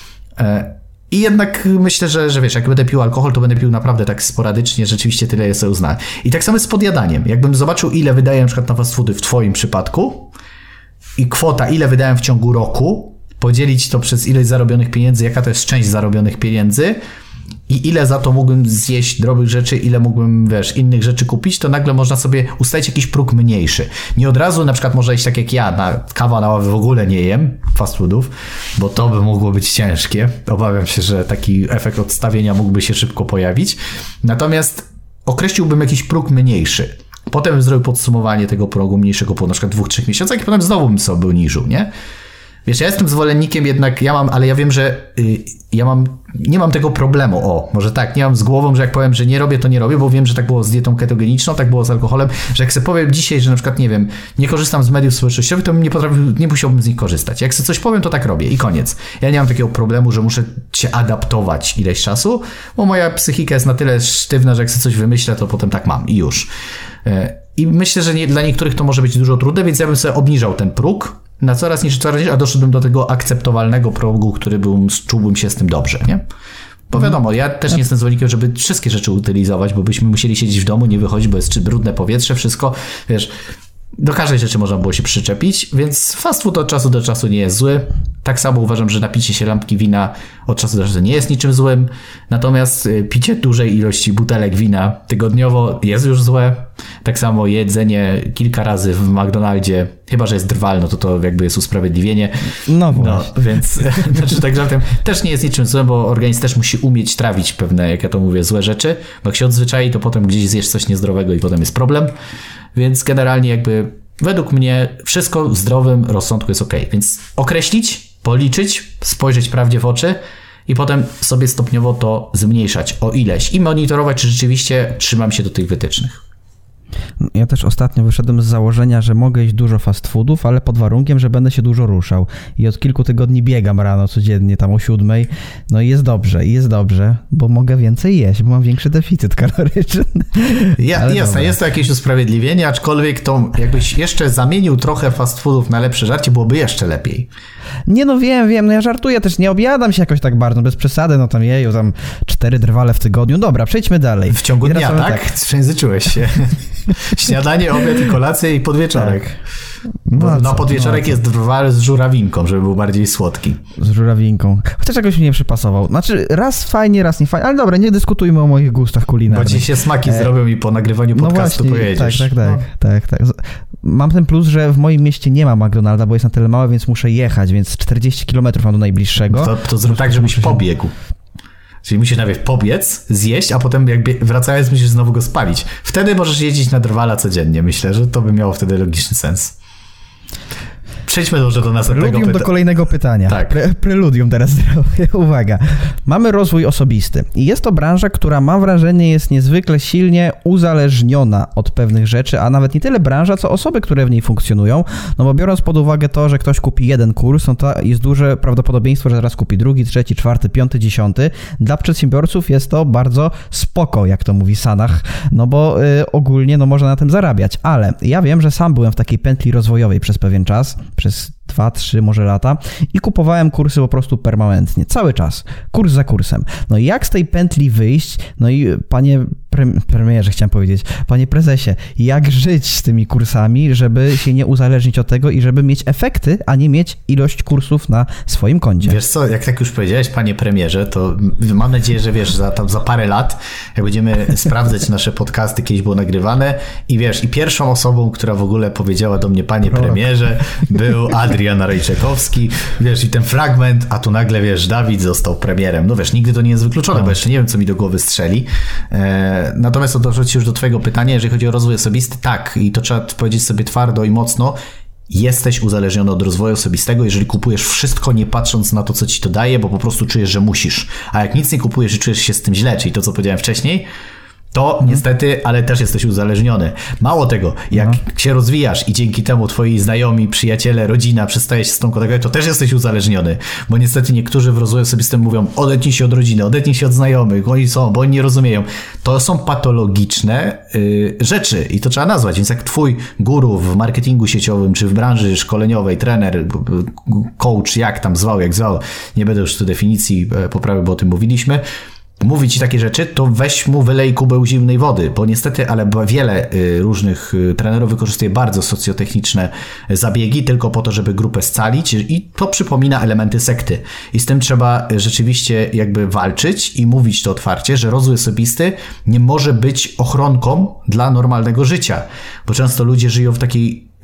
[SPEAKER 2] I jednak myślę, że, że wiesz, jak będę pił alkohol, to będę pił naprawdę tak sporadycznie, rzeczywiście tyle jest sobie uznałem. I tak samo z podjadaniem. Jakbym zobaczył, ile wydaję na przykład na fast foody w twoim przypadku i kwota, ile wydałem w ciągu roku, podzielić to przez ilość zarobionych pieniędzy, jaka to jest część zarobionych pieniędzy i ile za to mógłbym zjeść drobnych rzeczy, ile mógłbym, wiesz, innych rzeczy kupić, to nagle można sobie ustalić jakiś próg mniejszy. Nie od razu na przykład można iść tak jak ja, na kawa na ławę w ogóle nie jem fast foodów, bo to by mogło być ciężkie. Obawiam się, że taki efekt odstawienia mógłby się szybko pojawić. Natomiast określiłbym jakiś próg mniejszy. Potem bym zrobił podsumowanie tego progu mniejszego po na przykład dwóch, trzech miesiącach i potem znowu bym sobie obniżył, nie? Wiesz, ja jestem zwolennikiem jednak, ja mam, ale ja wiem, że y, ja mam, nie mam tego problemu, o, może tak, nie mam z głową, że jak powiem, że nie robię, to nie robię, bo wiem, że tak było z dietą ketogeniczną, tak było z alkoholem, że jak sobie powiem dzisiaj, że na przykład, nie wiem, nie korzystam z mediów społecznościowych, to bym nie potrafił, nie musiałbym z nich korzystać. Jak sobie coś powiem, to tak robię i koniec. Ja nie mam takiego problemu, że muszę się adaptować ileś czasu, bo moja psychika jest na tyle sztywna, że jak sobie coś wymyślę, to potem tak mam i już. I myślę, że nie, dla niektórych to może być dużo trudne, więc ja bym sobie obniżał ten próg na coraz niższy, coraz niższy, a doszedłbym do tego akceptowalnego progu, który był, czułbym się z tym dobrze, nie? Bo wiadomo, ja też nie jestem zwolennikiem, żeby wszystkie rzeczy utylizować, bo byśmy musieli siedzieć w domu, nie wychodzić, bo jest brudne powietrze, wszystko, wiesz, Do każdej rzeczy można było się przyczepić, więc fast food od czasu do czasu nie jest zły. Tak samo uważam, że napicie się lampki wina od czasu do czasu nie jest niczym złym. Natomiast picie dużej ilości butelek wina tygodniowo jest już złe. Tak samo jedzenie kilka razy w McDonaldzie, chyba że jest drwal, no to to jakby jest usprawiedliwienie.
[SPEAKER 1] No właśnie.
[SPEAKER 2] No, więc znaczy, tak żartem też nie jest niczym złym, bo organizm też musi umieć trawić pewne, jak ja to mówię, złe rzeczy. Bo jak się odzwyczai, to potem gdzieś zjesz coś niezdrowego i potem jest problem. Więc generalnie jakby według mnie wszystko w zdrowym rozsądku jest ok. Więc określić, policzyć, spojrzeć prawdzie w oczy i potem sobie stopniowo to zmniejszać o ileś i monitorować, czy rzeczywiście trzymam się do tych wytycznych.
[SPEAKER 1] Ja też ostatnio wyszedłem z założenia, że mogę jeść dużo fast foodów, ale pod warunkiem, że będę się dużo ruszał. I od kilku tygodni biegam rano codziennie, tam o siódmej. No i jest dobrze, i jest dobrze, bo mogę więcej jeść, bo mam większy deficyt kaloryczny.
[SPEAKER 2] Ja, jasne, jest to jakieś usprawiedliwienie, aczkolwiek to jakbyś jeszcze zamienił trochę fast foodów na lepsze żarcie, byłoby jeszcze lepiej.
[SPEAKER 1] Nie no wiem, wiem, no ja żartuję też, nie objadam się jakoś tak bardzo, bez przesady, no tam jeju, tam cztery drwale w tygodniu. Dobra, przejdźmy dalej.
[SPEAKER 2] W ciągu dnia, tak? tak? Przejęzyczyłeś się. Śniadanie, obiad i kolację i podwieczorek. Tak. No, no podwieczorek no, jest drwal z żurawinką, żeby był bardziej słodki.
[SPEAKER 1] Z żurawinką. Chociaż jakoś mi nie przypasował. Znaczy raz fajnie, raz nie fajnie, ale dobra, nie dyskutujmy o moich gustach kulinarnych.
[SPEAKER 2] Bo ci się smaki e... zrobią i po nagrywaniu podcastu no właśnie, pojedziesz.
[SPEAKER 1] Tak, tak, tak, no. tak, tak. Mam ten plus, że w moim mieście nie ma McDonalda, bo jest na tyle małe, więc muszę jechać, więc czterdzieści kilometrów mam do najbliższego.
[SPEAKER 2] To, to zrób tak, żebyś pobiegł. Czyli musisz najpierw pobiec, zjeść, a potem jak wracając musisz znowu go spalić. Wtedy możesz jeździć na drwala codziennie. Myślę, że to by miało wtedy logiczny sens. Przejdźmy może do następnego
[SPEAKER 1] pytania. Preludium do kolejnego pytania.
[SPEAKER 2] Tak.
[SPEAKER 1] Pre preludium teraz zrobię. Uwaga. Mamy rozwój osobisty. I jest to branża, która mam wrażenie jest niezwykle silnie uzależniona od pewnych rzeczy, a nawet nie tyle branża, co osoby, które w niej funkcjonują. No bo biorąc pod uwagę to, że ktoś kupi jeden kurs, no to jest duże prawdopodobieństwo, że zaraz kupi drugi, trzeci, czwarty, piąty, dziesiąty. Dla przedsiębiorców jest to bardzo spoko, jak to mówi Sanach, no bo y, ogólnie no można na tym zarabiać. Ale ja wiem, że sam byłem w takiej pętli rozwojowej przez pewien czas, przez dwa, trzy może lata i kupowałem kursy po prostu permanentnie, cały czas, kurs za kursem. No i jak z tej pętli wyjść? No i panie pre premierze chciałem powiedzieć, panie prezesie, jak żyć z tymi kursami, żeby się nie uzależnić od tego i żeby mieć efekty, a nie mieć ilość kursów na swoim koncie?
[SPEAKER 2] Wiesz co, jak tak już powiedziałeś, panie premierze, to mam nadzieję, że wiesz, za, tam za parę lat, jak będziemy sprawdzać nasze podcasty, kiedyś było nagrywane i wiesz, i pierwszą osobą, która w ogóle powiedziała do mnie, panie premierze, był Adrian Rajczykowski, wiesz, i ten fragment, a tu nagle, wiesz, Dawid został premierem. No wiesz, nigdy to nie jest wykluczone, no. Bo jeszcze nie wiem, co mi do głowy strzeli. E, natomiast odnosząc się już do twojego pytania, jeżeli chodzi o rozwój osobisty, tak, i to trzeba powiedzieć sobie twardo i mocno, jesteś uzależniony od rozwoju osobistego, jeżeli kupujesz wszystko, nie patrząc na to, co ci to daje, bo po prostu czujesz, że musisz. A jak nic nie kupujesz i czujesz się z tym źle, czyli to, co powiedziałem wcześniej, to mhm. niestety, ale też jesteś uzależniony. Mało tego, jak no. się rozwijasz i dzięki temu twoi znajomi, przyjaciele, rodzina przestaje się z tą kontaktować, to też jesteś uzależniony. Bo niestety niektórzy w rozwoju osobistym mówią, odetnij się od rodziny, odetnij się od znajomych, oni są, bo oni nie rozumieją. To są patologiczne y, rzeczy i to trzeba nazwać. Więc jak twój guru w marketingu sieciowym, czy w branży szkoleniowej, trener, coach, jak tam zwał, jak zwał, nie będę już tu definicji poprawił, bo o tym mówiliśmy, mówi ci takie rzeczy, to weź mu, wylej kubeł zimnej wody, bo niestety, ale wiele różnych trenerów wykorzystuje bardzo socjotechniczne zabiegi tylko po to, żeby grupę scalić i to przypomina elementy sekty. I z tym trzeba rzeczywiście jakby walczyć i mówić to otwarcie, że rozwój osobisty nie może być ochronką dla normalnego życia, bo często ludzie żyją w takiej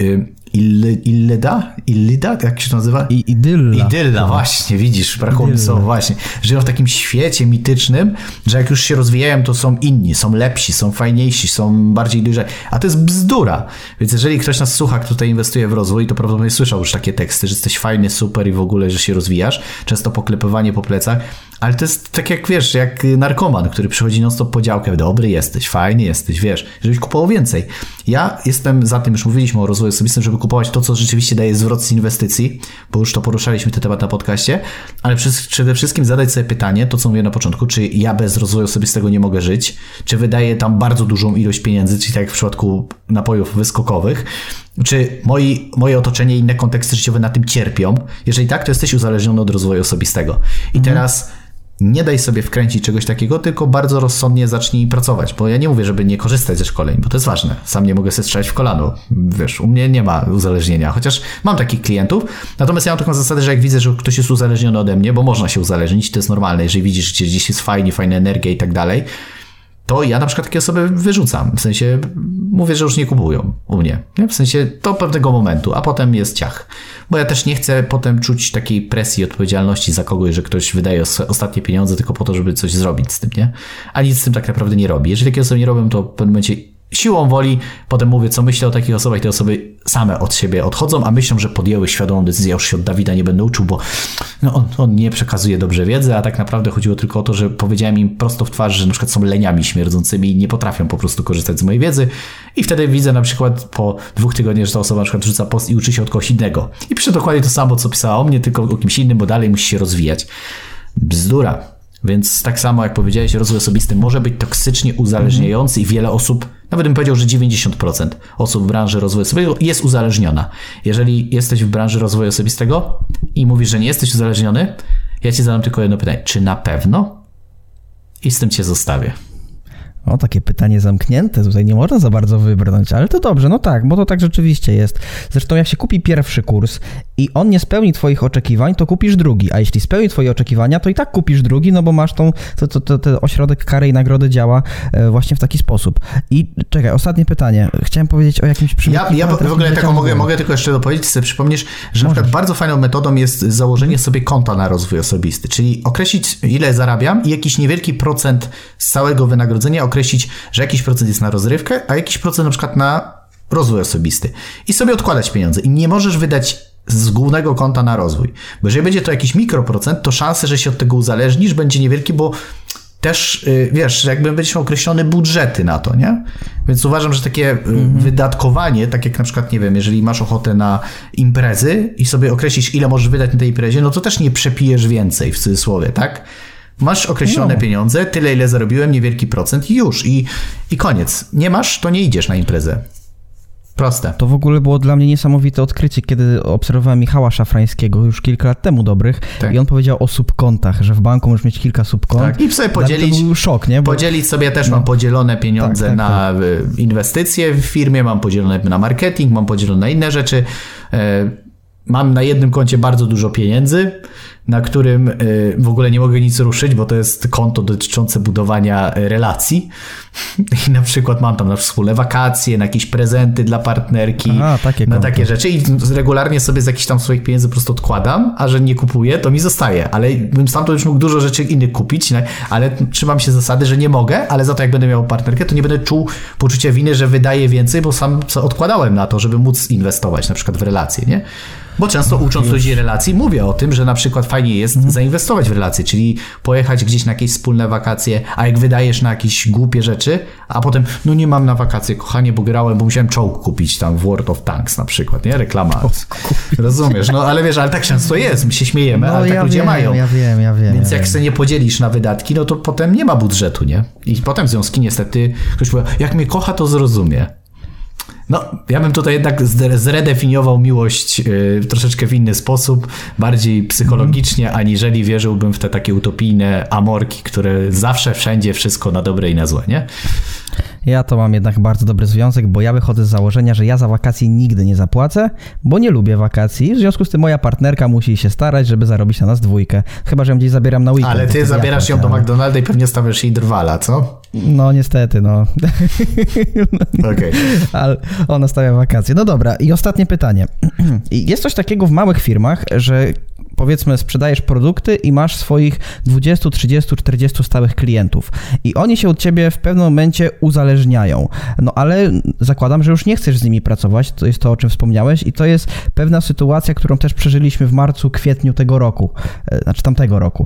[SPEAKER 2] Illida? Illida? Jak się to nazywa?
[SPEAKER 1] I, idylla.
[SPEAKER 2] Idylla, właśnie, widzisz, brakło mi słowa, właśnie. Żyją w takim świecie mitycznym, że jak już się rozwijają, to są inni, są lepsi, są fajniejsi, są bardziej dojrzali. A to jest bzdura. Więc jeżeli ktoś nas słucha, kto tutaj inwestuje w rozwój, to prawdopodobnie słyszał już takie teksty, że jesteś fajny, super i w ogóle, że się rozwijasz. Często poklepywanie po plecach. Ale to jest tak jak, wiesz, jak narkoman, który przychodzi non-stop po działkę. Dobry jesteś, fajny jesteś, wiesz, żebyś kupował więcej. Ja jestem za tym, już mówiliśmy o rozwoju osobistym, żeby kupować to, co rzeczywiście daje zwrot z inwestycji, bo już to poruszaliśmy ten temat na podcaście, ale przede wszystkim zadać sobie pytanie, to co mówię na początku, czy ja bez rozwoju osobistego nie mogę żyć, czy wydaję tam bardzo dużą ilość pieniędzy, czyli tak jak w przypadku napojów wyskokowych, czy moi, moje otoczenie i inne konteksty życiowe na tym cierpią. Jeżeli tak, to jesteś uzależniony od rozwoju osobistego. I mhm. teraz nie daj sobie wkręcić czegoś takiego, tylko bardzo rozsądnie zacznij pracować, bo ja nie mówię, żeby nie korzystać ze szkoleń, bo to jest ważne. Sam nie mogę sobie strzelać w kolano. Wiesz, u mnie nie ma uzależnienia, chociaż mam takich klientów, natomiast ja mam taką zasadę, że jak widzę, że ktoś jest uzależniony ode mnie, bo można się uzależnić, to jest normalne, jeżeli widzisz, że gdzieś jest fajnie, fajna energia i tak dalej, to ja na przykład takie osoby wyrzucam. W sensie mówię, że już nie kupują u mnie. Nie? W sensie do pewnego momentu, a potem jest ciach. Bo ja też nie chcę potem czuć takiej presji i odpowiedzialności za kogoś, że ktoś wydaje ostatnie pieniądze tylko po to, żeby coś zrobić z tym, nie? A nic z tym tak naprawdę nie robi. Jeżeli takie osoby nie robią, to w pewnym momencie siłą woli potem mówię, co myślę o takich osobach i te osoby same od siebie odchodzą, a myślą, że podjęły świadomą decyzję. Ja już się od Dawida nie będę uczył, bo no on, on nie przekazuje dobrze wiedzy, a tak naprawdę chodziło tylko o to, że powiedziałem im prosto w twarz, że na przykład są leniami śmierdzącymi i nie potrafią po prostu korzystać z mojej wiedzy i wtedy widzę na przykład po dwóch tygodniach, że ta osoba na przykład rzuca post i uczy się od kogoś innego. I pisze dokładnie to samo, co pisała o mnie, tylko o kimś innym, bo dalej musi się rozwijać. Bzdura. Więc tak samo jak powiedziałeś, rozwój osobisty może być toksycznie uzależniający i wiele osób, nawet bym powiedział, że dziewięćdziesiąt procent osób w branży rozwoju osobistego jest uzależniona. Jeżeli jesteś w branży rozwoju osobistego i mówisz, że nie jesteś uzależniony, ja ci zadam tylko jedno pytanie. Czy na pewno? I z tym cię zostawię.
[SPEAKER 1] O, takie pytanie zamknięte, tutaj nie można za bardzo wybrnąć, ale to dobrze, no tak, bo to tak rzeczywiście jest. Zresztą jak się kupi pierwszy kurs i on nie spełni twoich oczekiwań, to kupisz drugi, a jeśli spełni twoje oczekiwania, to i tak kupisz drugi, no bo masz tą, to, to, to, to ośrodek kary i nagrody działa właśnie w taki sposób. I czekaj, ostatnie pytanie, chciałem powiedzieć o jakimś przypadku.
[SPEAKER 2] Ja, ja w ogóle taką mogę, mogę tylko jeszcze dopowiedzieć, sobie przypomnisz, że na przykład bardzo fajną metodą jest założenie sobie konta na rozwój osobisty, czyli określić, ile zarabiam i jakiś niewielki procent z całego wynagrodzenia określić, że jakiś procent jest na rozrywkę, a jakiś procent na przykład na rozwój osobisty. I sobie odkładać pieniądze. I nie możesz wydać z głównego konta na rozwój. Bo jeżeli będzie to jakiś mikroprocent, to szanse, że się od tego uzależnisz, będzie niewielki, bo też, wiesz, jakby będziesz miał określone budżety na to, nie? Więc uważam, że takie mhm. wydatkowanie, tak jak na przykład, nie wiem, jeżeli masz ochotę na imprezy i sobie określisz, ile możesz wydać na tej imprezie, no to też nie przepijesz więcej, w cudzysłowie, tak? Masz określone no. pieniądze, tyle ile zarobiłem, niewielki procent i już. I, I koniec. Nie masz, to nie idziesz na imprezę. Proste.
[SPEAKER 1] To w ogóle było dla mnie niesamowite odkrycie, kiedy obserwowałem Michała Szafrańskiego już kilka lat temu dobrych tak. i on powiedział o subkontach, że w banku możesz mieć kilka subkont.
[SPEAKER 2] Tak. I sobie podzielić,
[SPEAKER 1] to był szok, nie? Bo...
[SPEAKER 2] podzielić sobie, ja też no. mam podzielone pieniądze tak, tak, na tak. inwestycje w firmie, mam podzielone na marketing, mam podzielone na inne rzeczy. Mam na jednym koncie bardzo dużo pieniędzy, na którym w ogóle nie mogę nic ruszyć, bo to jest konto dotyczące budowania relacji. I na przykład mam tam na wspólne wakacje, na jakieś prezenty dla partnerki, Aha, takie na konto. Takie rzeczy i regularnie sobie z jakichś tam swoich pieniędzy po prostu odkładam, a że nie kupuję, to mi zostaje. Ale bym stamtąd już mógł dużo rzeczy innych kupić, ale trzymam się zasady, że nie mogę, ale za to jak będę miał partnerkę, to nie będę czuł poczucia winy, że wydaję więcej, bo sam odkładałem na to, żeby móc inwestować na przykład w relacje, nie? Bo często ucząc już. ludzi relacji mówię o tym, że na przykład fajnie jest mhm. zainwestować w relacje, czyli pojechać gdzieś na jakieś wspólne wakacje, a jak wydajesz na jakieś głupie rzeczy, a potem, no nie mam na wakacje, kochanie, bo grałem, bo musiałem czołg kupić tam w World of Tanks na przykład, nie? Reklama. Rozumiesz, no ale wiesz, ale tak często jest, my się śmiejemy, no, ale tak ja ludzie
[SPEAKER 1] wiem,
[SPEAKER 2] mają.
[SPEAKER 1] Ja wiem, ja wiem.
[SPEAKER 2] Więc
[SPEAKER 1] ja
[SPEAKER 2] jak
[SPEAKER 1] wiem.
[SPEAKER 2] się nie podzielisz na wydatki, no to potem nie ma budżetu, nie? I potem związki niestety, ktoś powie, jak mnie kocha, to zrozumie. No, ja bym tutaj jednak zredefiniował miłość y, troszeczkę w inny sposób, bardziej psychologicznie, mm. aniżeli wierzyłbym w te takie utopijne amorki, które zawsze, wszędzie, wszystko na dobre i na złe, nie?
[SPEAKER 1] Ja to mam jednak bardzo dobry związek, bo ja wychodzę z założenia, że ja za wakacje nigdy nie zapłacę, bo nie lubię wakacji. W związku z tym moja partnerka musi się starać, żeby zarobić na nas dwójkę. Chyba że ją gdzieś zabieram na weekend.
[SPEAKER 2] Ale ty zabierasz ja ją do McDonalda i pewnie stawiasz jej drwala, co?
[SPEAKER 1] No niestety, no.
[SPEAKER 2] Okej. Okay.
[SPEAKER 1] Ale ona stawia wakacje. No dobra, i ostatnie pytanie. Jest coś takiego w małych firmach, że powiedzmy sprzedajesz produkty i masz swoich dwadzieścia, trzydzieści, czterdzieści stałych klientów i oni się od ciebie w pewnym momencie uzależniają. No ale zakładam, że już nie chcesz z nimi pracować, to jest to, o czym wspomniałeś i to jest pewna sytuacja, którą też przeżyliśmy w marcu, kwietniu tego roku, znaczy tamtego roku.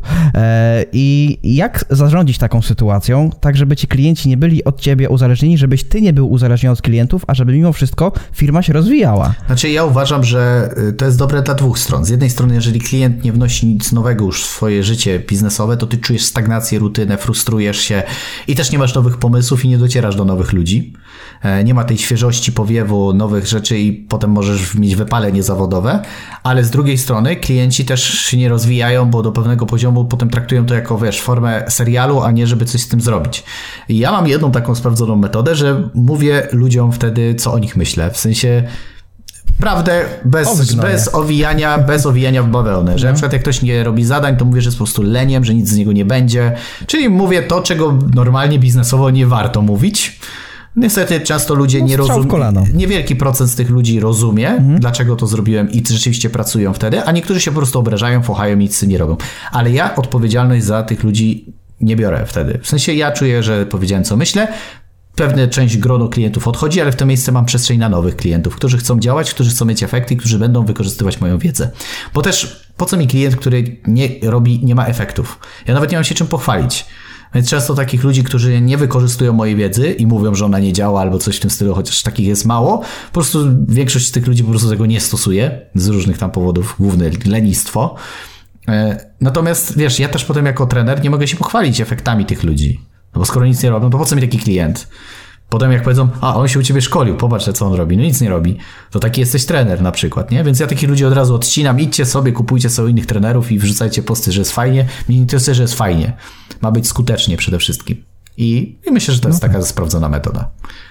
[SPEAKER 1] I jak zarządzić taką sytuacją, tak żeby ci klienci nie byli od ciebie uzależnieni, żebyś ty nie był uzależniony od klientów, a żeby mimo wszystko firma się rozwijała?
[SPEAKER 2] Znaczy ja uważam, że to jest dobre dla dwóch stron. Z jednej strony, jeżeli klient klient nie wnosi nic nowego już w swoje życie biznesowe, to ty czujesz stagnację, rutynę, frustrujesz się i też nie masz nowych pomysłów i nie docierasz do nowych ludzi. Nie ma tej świeżości, powiewu, nowych rzeczy i potem możesz mieć wypalenie zawodowe, ale z drugiej strony klienci też się nie rozwijają, bo do pewnego poziomu potem traktują to jako, wiesz, formę serialu, a nie żeby coś z tym zrobić. I ja mam jedną taką sprawdzoną metodę, że mówię ludziom wtedy, co o nich myślę. W sensie prawdę bez, bez owijania, bez owijania w bawełnę, że na przykład jak ktoś nie robi zadań, to mówię, że jest po prostu leniem, że nic z niego nie będzie, czyli mówię to, czego normalnie biznesowo nie warto mówić. Niestety często ludzie no, nie rozumieją, niewielki procent z tych ludzi rozumie, mhm. dlaczego to zrobiłem i rzeczywiście pracują wtedy, a niektórzy się po prostu obrażają, fochają i nic nie robią. Ale ja odpowiedzialność za tych ludzi nie biorę wtedy. W sensie ja czuję, że powiedziałem co myślę, pewna część grono klientów odchodzi, ale w to miejsce mam przestrzeń na nowych klientów, którzy chcą działać, którzy chcą mieć efekty, którzy będą wykorzystywać moją wiedzę. Bo też po co mi klient, który nie robi, nie ma efektów? Ja nawet nie mam się czym pochwalić. Więc często takich ludzi, którzy nie wykorzystują mojej wiedzy i mówią, że ona nie działa albo coś w tym stylu, chociaż takich jest mało, po prostu większość z tych ludzi po prostu tego nie stosuje z różnych tam powodów, główne lenistwo. Natomiast wiesz, ja też potem jako trener nie mogę się pochwalić efektami tych ludzi. No bo skoro nic nie robią, to po co mi taki klient? Potem jak powiedzą, a on się u ciebie szkolił, popatrz co on robi, no nic nie robi. To taki jesteś trener na przykład, nie? Więc ja takich ludzi od razu odcinam, idźcie sobie, kupujcie sobie innych trenerów i wrzucajcie posty, że jest fajnie. Mnie nie interesuje, że jest fajnie. Ma być skutecznie przede wszystkim. I, i myślę, że to jest no taka tak. sprawdzona metoda.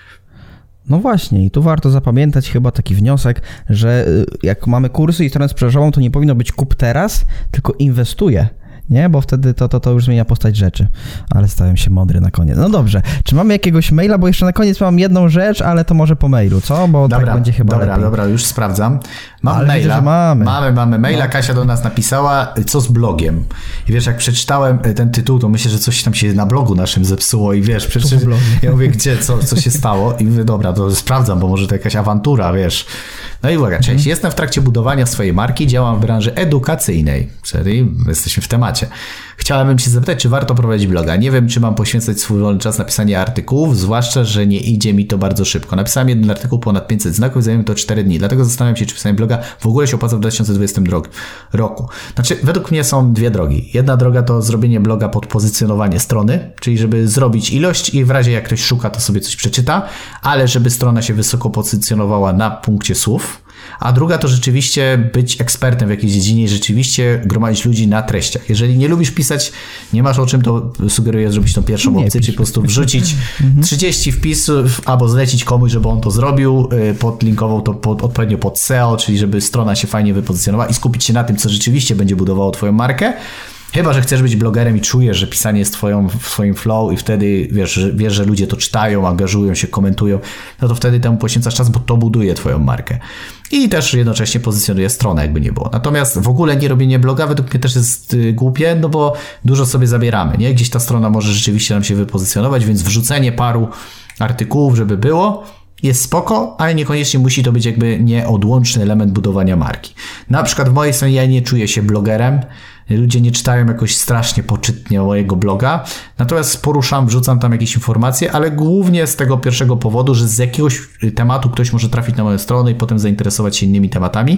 [SPEAKER 1] No właśnie i tu warto zapamiętać chyba taki wniosek, że jak mamy kursy i stronę sprzedażową, to nie powinno być kup teraz, tylko inwestuję. Nie, bo wtedy to, to, to już zmienia postać rzeczy, ale stałem się mądry na koniec. No dobrze, czy mamy jakiegoś maila, bo jeszcze na koniec mam jedną rzecz, ale to może po mailu, co? Bo dobra, tak będzie chyba
[SPEAKER 2] Dobra,
[SPEAKER 1] lepiej.
[SPEAKER 2] dobra, już sprawdzam. Mam
[SPEAKER 1] ale
[SPEAKER 2] maila.
[SPEAKER 1] Widzę, że mamy.
[SPEAKER 2] mamy, mamy maila, no. Kasia do nas napisała, co z blogiem. I wiesz, jak przeczytałem ten tytuł, to myślę, że coś tam się na blogu naszym zepsuło i wiesz, przeczy... ja mówię, gdzie, co, co się stało i mówię, dobra, to sprawdzam, bo może to jakaś awantura, wiesz. No i uwaga, cześć, mhm. jestem w trakcie budowania swojej marki, działam w branży edukacyjnej, czyli jesteśmy w temacie. Chciałabym się zapytać, czy warto prowadzić bloga. Nie wiem, czy mam poświęcać swój wolny czas na pisanie artykułów, zwłaszcza, że nie idzie mi to bardzo szybko. Napisałem jeden artykuł, ponad pięćset znaków i zajmie mi to cztery dni. Dlatego zastanawiam się, czy pisanie bloga w ogóle się opłaca w dwa tysiące dwudziestym roku. Znaczy, według mnie są dwie drogi. Jedna droga to zrobienie bloga pod pozycjonowanie strony, czyli żeby zrobić ilość i w razie jak ktoś szuka, to sobie coś przeczyta, ale żeby strona się wysoko pozycjonowała na punkcie słów. A druga to rzeczywiście być ekspertem w jakiejś dziedzinie i rzeczywiście gromadzić ludzi na treściach. Jeżeli nie lubisz pisać, nie masz o czym, to sugeruję zrobić tą pierwszą nie opcję, czyli po prostu wrzucić trzydzieści wpisów albo zlecić komuś, żeby on to zrobił, podlinkował to pod, odpowiednio pod S E O, czyli żeby strona się fajnie wypozycjonowała i skupić się na tym, co rzeczywiście będzie budowało twoją markę. Chyba że chcesz być blogerem i czujesz, że pisanie jest twoją, w twoim flow i wtedy wiesz, że, wiesz, że ludzie to czytają, angażują się, komentują, no to wtedy temu poświęcasz czas, bo to buduje twoją markę. I też jednocześnie pozycjonuje stronę, jakby nie było. Natomiast w ogóle nie robienie bloga według mnie też jest głupie, no bo dużo sobie zabieramy, nie? Gdzieś ta strona może rzeczywiście nam się wypozycjonować, więc wrzucenie paru artykułów, żeby było, jest spoko, ale niekoniecznie musi to być jakby nieodłączny element budowania marki. Na przykład w mojej stronie ja nie czuję się blogerem, ludzie nie czytają jakoś strasznie poczytnie mojego bloga, natomiast poruszam, wrzucam tam jakieś informacje, ale głównie z tego pierwszego powodu, że z jakiegoś tematu ktoś może trafić na moją stronę i potem zainteresować się innymi tematami.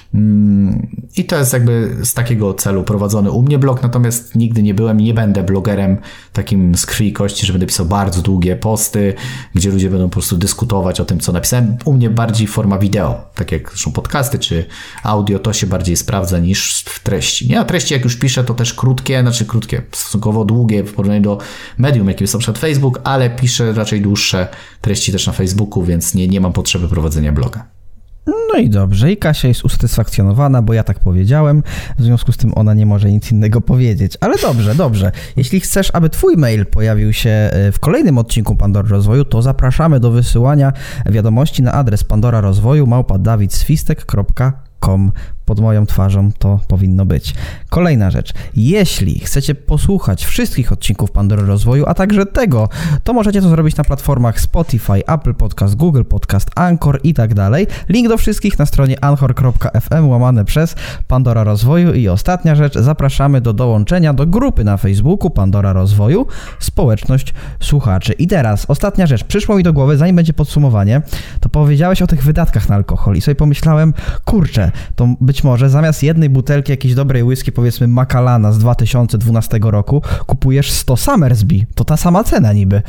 [SPEAKER 2] I to jest jakby z takiego celu prowadzony u mnie blog, natomiast nigdy nie byłem i nie będę blogerem takim z krwi i kości, że będę pisał bardzo długie posty, gdzie ludzie będą po prostu dyskutować o tym, co napisałem. U mnie bardziej forma wideo, tak jak zresztą podcasty czy audio, to się bardziej sprawdza niż w treści. Nie? A treści jak już piszę, to też krótkie, znaczy krótkie, stosunkowo długie w porównaniu do medium, jakim jest na przykład Facebook, ale piszę raczej dłuższe treści też na Facebooku, więc nie, nie mam potrzeby prowadzenia bloga.
[SPEAKER 1] No i dobrze, i Kasia jest usatysfakcjonowana, bo ja tak powiedziałem, w związku z tym ona nie może nic innego powiedzieć, ale dobrze, dobrze. Jeśli chcesz, aby twój mail pojawił się w kolejnym odcinku Pandory Rozwoju, to zapraszamy do wysyłania wiadomości na adres pandorarozwoju małpa dawidswistek kropka com. Pod moją twarzą to powinno być. Kolejna rzecz. Jeśli chcecie posłuchać wszystkich odcinków Pandory Rozwoju, a także tego, to możecie to zrobić na platformach Spotify, Apple Podcast, Google Podcast, Anchor i tak dalej. Link do wszystkich na stronie anchor kropka f m łamane przez Pandora Rozwoju. I ostatnia rzecz. Zapraszamy do dołączenia do grupy na Facebooku Pandora Rozwoju, społeczność słuchaczy. I teraz ostatnia rzecz. Przyszło mi do głowy, zanim będzie podsumowanie, to powiedziałeś o tych wydatkach na alkohol i sobie pomyślałem, kurczę, to być być może zamiast jednej butelki jakiejś dobrej whisky, powiedzmy Macallana z dwa tysiące dwunastego roku, kupujesz sto Somersby. To ta sama cena niby.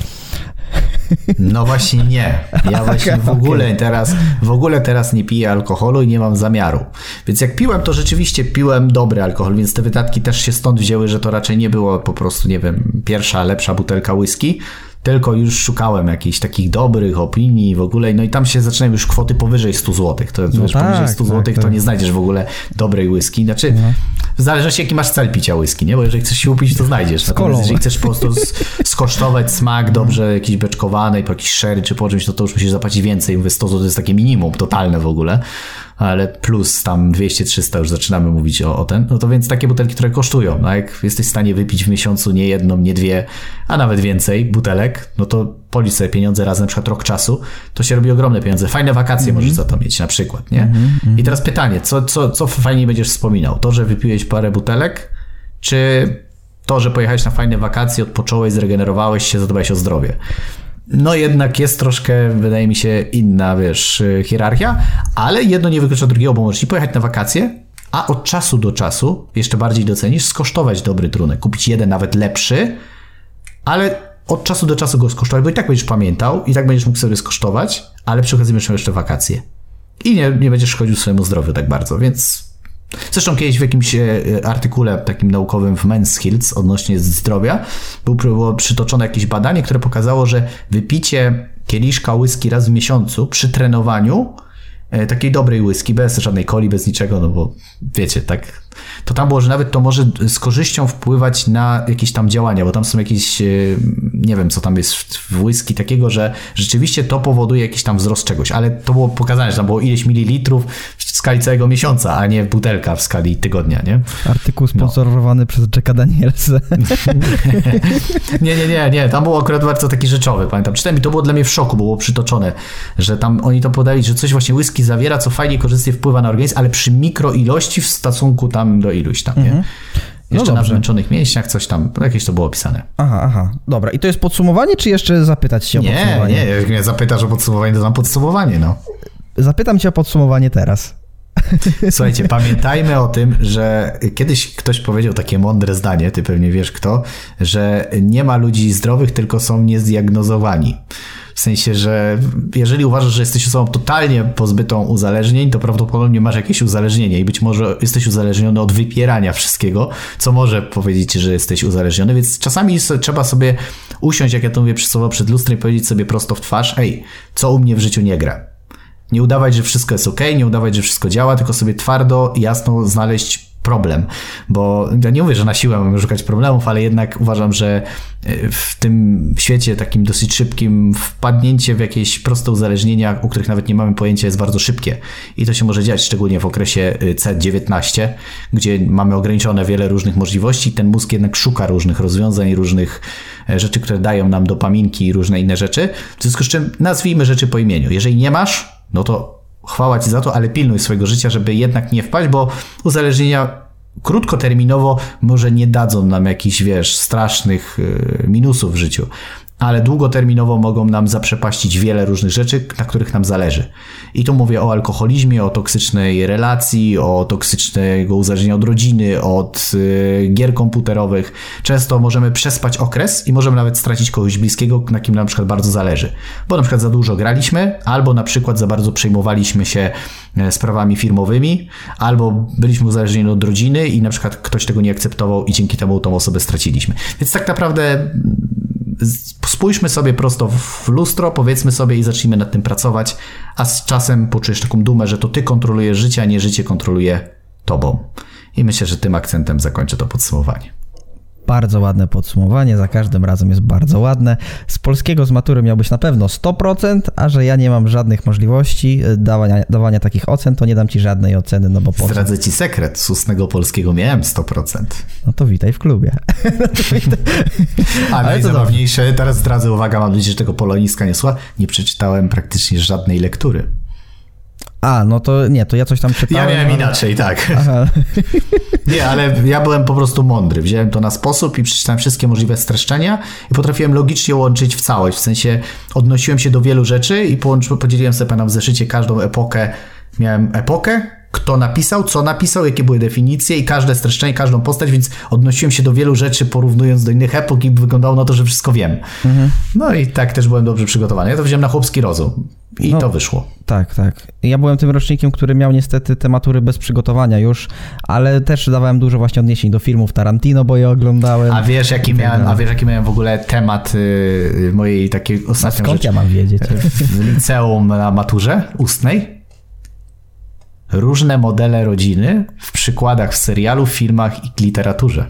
[SPEAKER 2] No właśnie nie. Ja właśnie w ogóle okay. teraz w ogóle teraz nie piję alkoholu i nie mam zamiaru. Więc jak piłem, to rzeczywiście piłem dobry alkohol, więc te wydatki też się stąd wzięły, że to raczej nie było po prostu, nie wiem, pierwsza, lepsza butelka whisky, tylko już szukałem jakichś takich dobrych opinii w ogóle, no i tam się zaczynają już kwoty powyżej stu złotych. To no wiesz, tak, poniżej stu złotych tak, to tak. nie znajdziesz w ogóle dobrej whisky. Znaczy, no. w zależności jaki masz cel picia whisky, nie? Bo jeżeli chcesz się upić, to znajdziesz. Natomiast jeżeli chcesz po prostu skosztować smak dobrze jakiś beczkowany, po jakiś sherry czy po czymś, to, to już musisz zapłacić więcej. Mówię, sto złotych to jest takie minimum totalne w ogóle. Ale plus tam dwieście trzysta już zaczynamy mówić o, o ten, no to więc takie butelki, które kosztują, no jak jesteś w stanie wypić w miesiącu nie jedną, nie dwie, a nawet więcej butelek, no to policz sobie pieniądze razem, na przykład rok czasu, to się robi ogromne pieniądze. Fajne wakacje mm-hmm. możesz za to mieć na przykład, nie? Mm-hmm. I teraz pytanie, co, co, co fajnie będziesz wspominał? To, że wypiłeś parę butelek, czy to, że pojechałeś na fajne wakacje, odpocząłeś, zregenerowałeś się, zadbałeś o zdrowie? No jednak jest troszkę, wydaje mi się, inna, wiesz, hierarchia, ale jedno nie wyklucza drugiego, bo możesz pojechać na wakacje, a od czasu do czasu, jeszcze bardziej docenisz, skosztować dobry trunek, kupić jeden nawet lepszy, ale od czasu do czasu go skosztować, bo i tak będziesz pamiętał, i tak będziesz mógł sobie skosztować, ale przy okazji będziesz miał jeszcze wakacje. I nie, nie będziesz szkodził swojemu zdrowiu tak bardzo, więc... Zresztą kiedyś w jakimś artykule takim naukowym w Men's Health odnośnie zdrowia było przytoczone jakieś badanie, które pokazało, że wypicie kieliszka whisky raz w miesiącu przy trenowaniu, takiej dobrej whisky, bez żadnej coli, bez niczego, no bo wiecie, tak, to tam było, że nawet to może z korzyścią wpływać na jakieś tam działania, bo tam są jakieś, nie wiem, co tam jest w whisky takiego, że rzeczywiście to powoduje jakiś tam wzrost czegoś, ale to było pokazane, że tam było ileś mililitrów w skali całego miesiąca, a nie butelka w skali tygodnia, nie?
[SPEAKER 1] Artykuł sponsorowany no. przez Jacka Danielsa.
[SPEAKER 2] nie, nie, nie, nie, tam było akurat bardzo taki rzeczowy, pamiętam, czytałem i to było dla mnie w szoku, bo było przytoczone, że tam oni to podali, że coś właśnie whisky zawiera, co fajnie korzystnie wpływa na organizm, ale przy mikroilości w stosunku tam do iluś tam, nie? Mm-hmm. Jeszcze no na zmęczonych mięśniach coś tam, jakieś to było opisane.
[SPEAKER 1] Aha, aha, dobra. I to jest podsumowanie, czy jeszcze zapytać cię o
[SPEAKER 2] nie,
[SPEAKER 1] podsumowanie?
[SPEAKER 2] Nie, nie, jak mnie zapytasz o podsumowanie, to dam podsumowanie, no.
[SPEAKER 1] Zapytam cię o podsumowanie teraz.
[SPEAKER 2] Słuchajcie, pamiętajmy o tym, że kiedyś ktoś powiedział takie mądre zdanie, ty pewnie wiesz kto, że nie ma ludzi zdrowych, tylko są niezdiagnozowani. W sensie, że jeżeli uważasz, że jesteś osobą totalnie pozbytą uzależnień, to prawdopodobnie masz jakieś uzależnienie i być może jesteś uzależniony od wypierania wszystkiego, co może powiedzieć, że jesteś uzależniony, więc czasami trzeba sobie usiąść, jak ja to mówię przysłowiowo, przed lustrem i powiedzieć sobie prosto w twarz, ej, co u mnie w życiu nie gra. Nie udawać, że wszystko jest okej, nie udawać, że wszystko działa, tylko sobie twardo i jasno znaleźć problem, bo ja nie mówię, że na siłę mamy szukać problemów, ale jednak uważam, że w tym świecie takim dosyć szybkim wpadnięcie w jakieś proste uzależnienia, u których nawet nie mamy pojęcia, jest bardzo szybkie i to się może dziać szczególnie w okresie C dziewiętnaście, gdzie mamy ograniczone wiele różnych możliwości, ten mózg jednak szuka różnych rozwiązań, różnych rzeczy, które dają nam dopaminki i różne inne rzeczy, w związku z czym nazwijmy rzeczy po imieniu. Jeżeli nie masz, no to chwała ci za to, ale pilnuj swojego życia, żeby jednak nie wpaść, bo uzależnienia krótkoterminowo może nie dadzą nam jakichś, wiesz, strasznych minusów w życiu, ale długoterminowo mogą nam zaprzepaścić wiele różnych rzeczy, na których nam zależy. I tu mówię o alkoholizmie, o toksycznej relacji, o toksycznego uzależnienia od rodziny, od y, gier komputerowych. Często możemy przespać okres i możemy nawet stracić kogoś bliskiego, na kim nam na przykład bardzo zależy. Bo na przykład za dużo graliśmy, albo na przykład za bardzo przejmowaliśmy się sprawami firmowymi, albo byliśmy uzależnieni od rodziny i na przykład ktoś tego nie akceptował i dzięki temu tą osobę straciliśmy. Więc tak naprawdę spójrzmy sobie prosto w lustro, powiedzmy sobie i zacznijmy nad tym pracować, a z czasem poczujesz taką dumę, że to ty kontrolujesz życie, a nie życie kontroluje tobą. I myślę, że tym akcentem zakończę to podsumowanie.
[SPEAKER 1] Bardzo ładne podsumowanie, za każdym razem jest bardzo ładne. Z polskiego z matury miałbyś na pewno sto procent, a że ja nie mam żadnych możliwości dawania, dawania takich ocen, to nie dam ci żadnej oceny, no bo po
[SPEAKER 2] Zdradzę ci sekret, z ustnego polskiego miałem sto procent.
[SPEAKER 1] No to witaj w klubie. No witaj.
[SPEAKER 2] A najzabawniejsze, teraz zdradzę, uwaga, mam nadzieję, że tego poloniska nie słucha, nie przeczytałem praktycznie żadnej lektury.
[SPEAKER 1] A, no to nie, to ja coś tam czytałem.
[SPEAKER 2] Ja miałem ale... inaczej, tak. Aha. Nie, ale ja byłem po prostu mądry. Wziąłem to na sposób i przeczytałem wszystkie możliwe streszczenia i potrafiłem logicznie łączyć w całość. W sensie odnosiłem się do wielu rzeczy i połączy... podzieliłem sobie na w zeszycie każdą epokę. Miałem epokę kto napisał, co napisał, jakie były definicje i każde streszczenie, każdą postać, więc odnosiłem się do wielu rzeczy, porównując do innych epok i wyglądało na to, że wszystko wiem. Mhm. No i tak też byłem dobrze przygotowany. Ja to wziąłem na chłopski rozum i no, to wyszło.
[SPEAKER 1] Tak, tak. Ja byłem tym rocznikiem, który miał niestety te matury bez przygotowania już, ale też dawałem dużo właśnie odniesień do filmów Tarantino, bo je oglądałem.
[SPEAKER 2] A wiesz, jaki miałem, a wiesz, jaki miałem w ogóle temat yy, mojej takiej ostatniej
[SPEAKER 1] rzeczy? Skąd ja mam wiedzieć?
[SPEAKER 2] W liceum na maturze ustnej? Różne modele rodziny w przykładach w serialu, filmach i literaturze.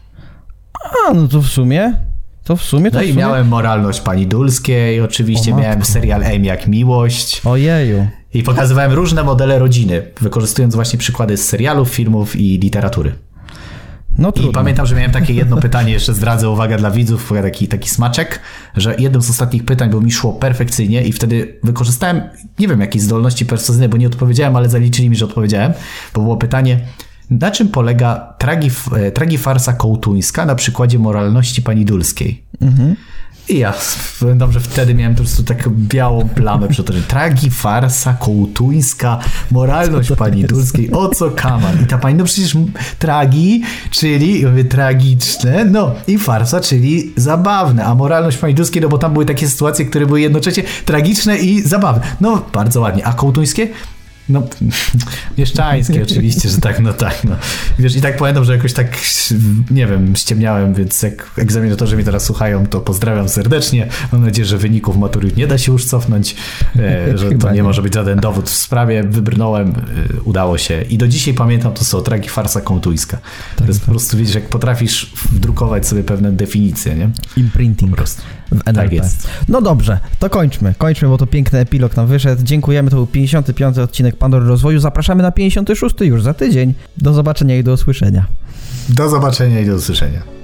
[SPEAKER 1] A, no to w sumie... To w sumie... To
[SPEAKER 2] no
[SPEAKER 1] w
[SPEAKER 2] i
[SPEAKER 1] sumie...
[SPEAKER 2] miałem Moralność Pani Dulskiej, oczywiście miałem serial Aim jak miłość.
[SPEAKER 1] Ojeju.
[SPEAKER 2] I pokazywałem różne modele rodziny, wykorzystując właśnie przykłady z serialów, filmów i literatury.
[SPEAKER 1] No
[SPEAKER 2] I pamiętam, że miałem takie jedno pytanie, jeszcze zdradzę, uwaga dla widzów, taki, taki smaczek, że jednym z ostatnich pytań, bo mi szło perfekcyjnie i wtedy wykorzystałem, nie wiem, jakiej zdolności persuazyjnej, bo nie odpowiedziałem, ale zaliczyli mi, że odpowiedziałem, bo było pytanie, na czym polega tragi, tragifarsa kołtuńska na przykładzie Moralności Pani Dulskiej? Mhm. I ja pamiętam, że wtedy miałem po prostu taką białą plamę przed oczami. Tragi, farsa, kołtuńska, Moralność Pani Dulskiej, o co kaman? I ta pani, no przecież tragi, czyli, ja mówię, tragiczne, no i farsa, czyli zabawne, a Moralność Pani Dulskiej, no bo tam były takie sytuacje, które były jednocześnie tragiczne i zabawne. No, bardzo ładnie. A kołtuńskie? No, mieszczańskie oczywiście, że tak, no tak, no. Wiesz, i tak pamiętam, że jakoś tak, nie wiem, ściemniałem, więc jak egzaminatorzy mnie teraz słuchają, to pozdrawiam serdecznie. Mam nadzieję, że wyników matury nie da się już cofnąć, e, że to nie może być żaden dowód w sprawie. Wybrnąłem, e, udało się. I do dzisiaj pamiętam, to są tragi, farsa kołtuńska. Tak, to jest tak. Po prostu, widzisz, jak potrafisz wdrukować sobie pewne definicje, nie?
[SPEAKER 1] Imprinting. Po prostu. W N L P.
[SPEAKER 2] Tak jest.
[SPEAKER 1] No dobrze, to kończmy. Kończmy, bo to piękny epilog nam wyszedł. Dziękujemy, to był pięćdziesiąty piąty odcinek Pandory Rozwoju. Zapraszamy na pięćdziesiąty szósty już za tydzień. Do zobaczenia i do usłyszenia.
[SPEAKER 2] Do zobaczenia i do usłyszenia.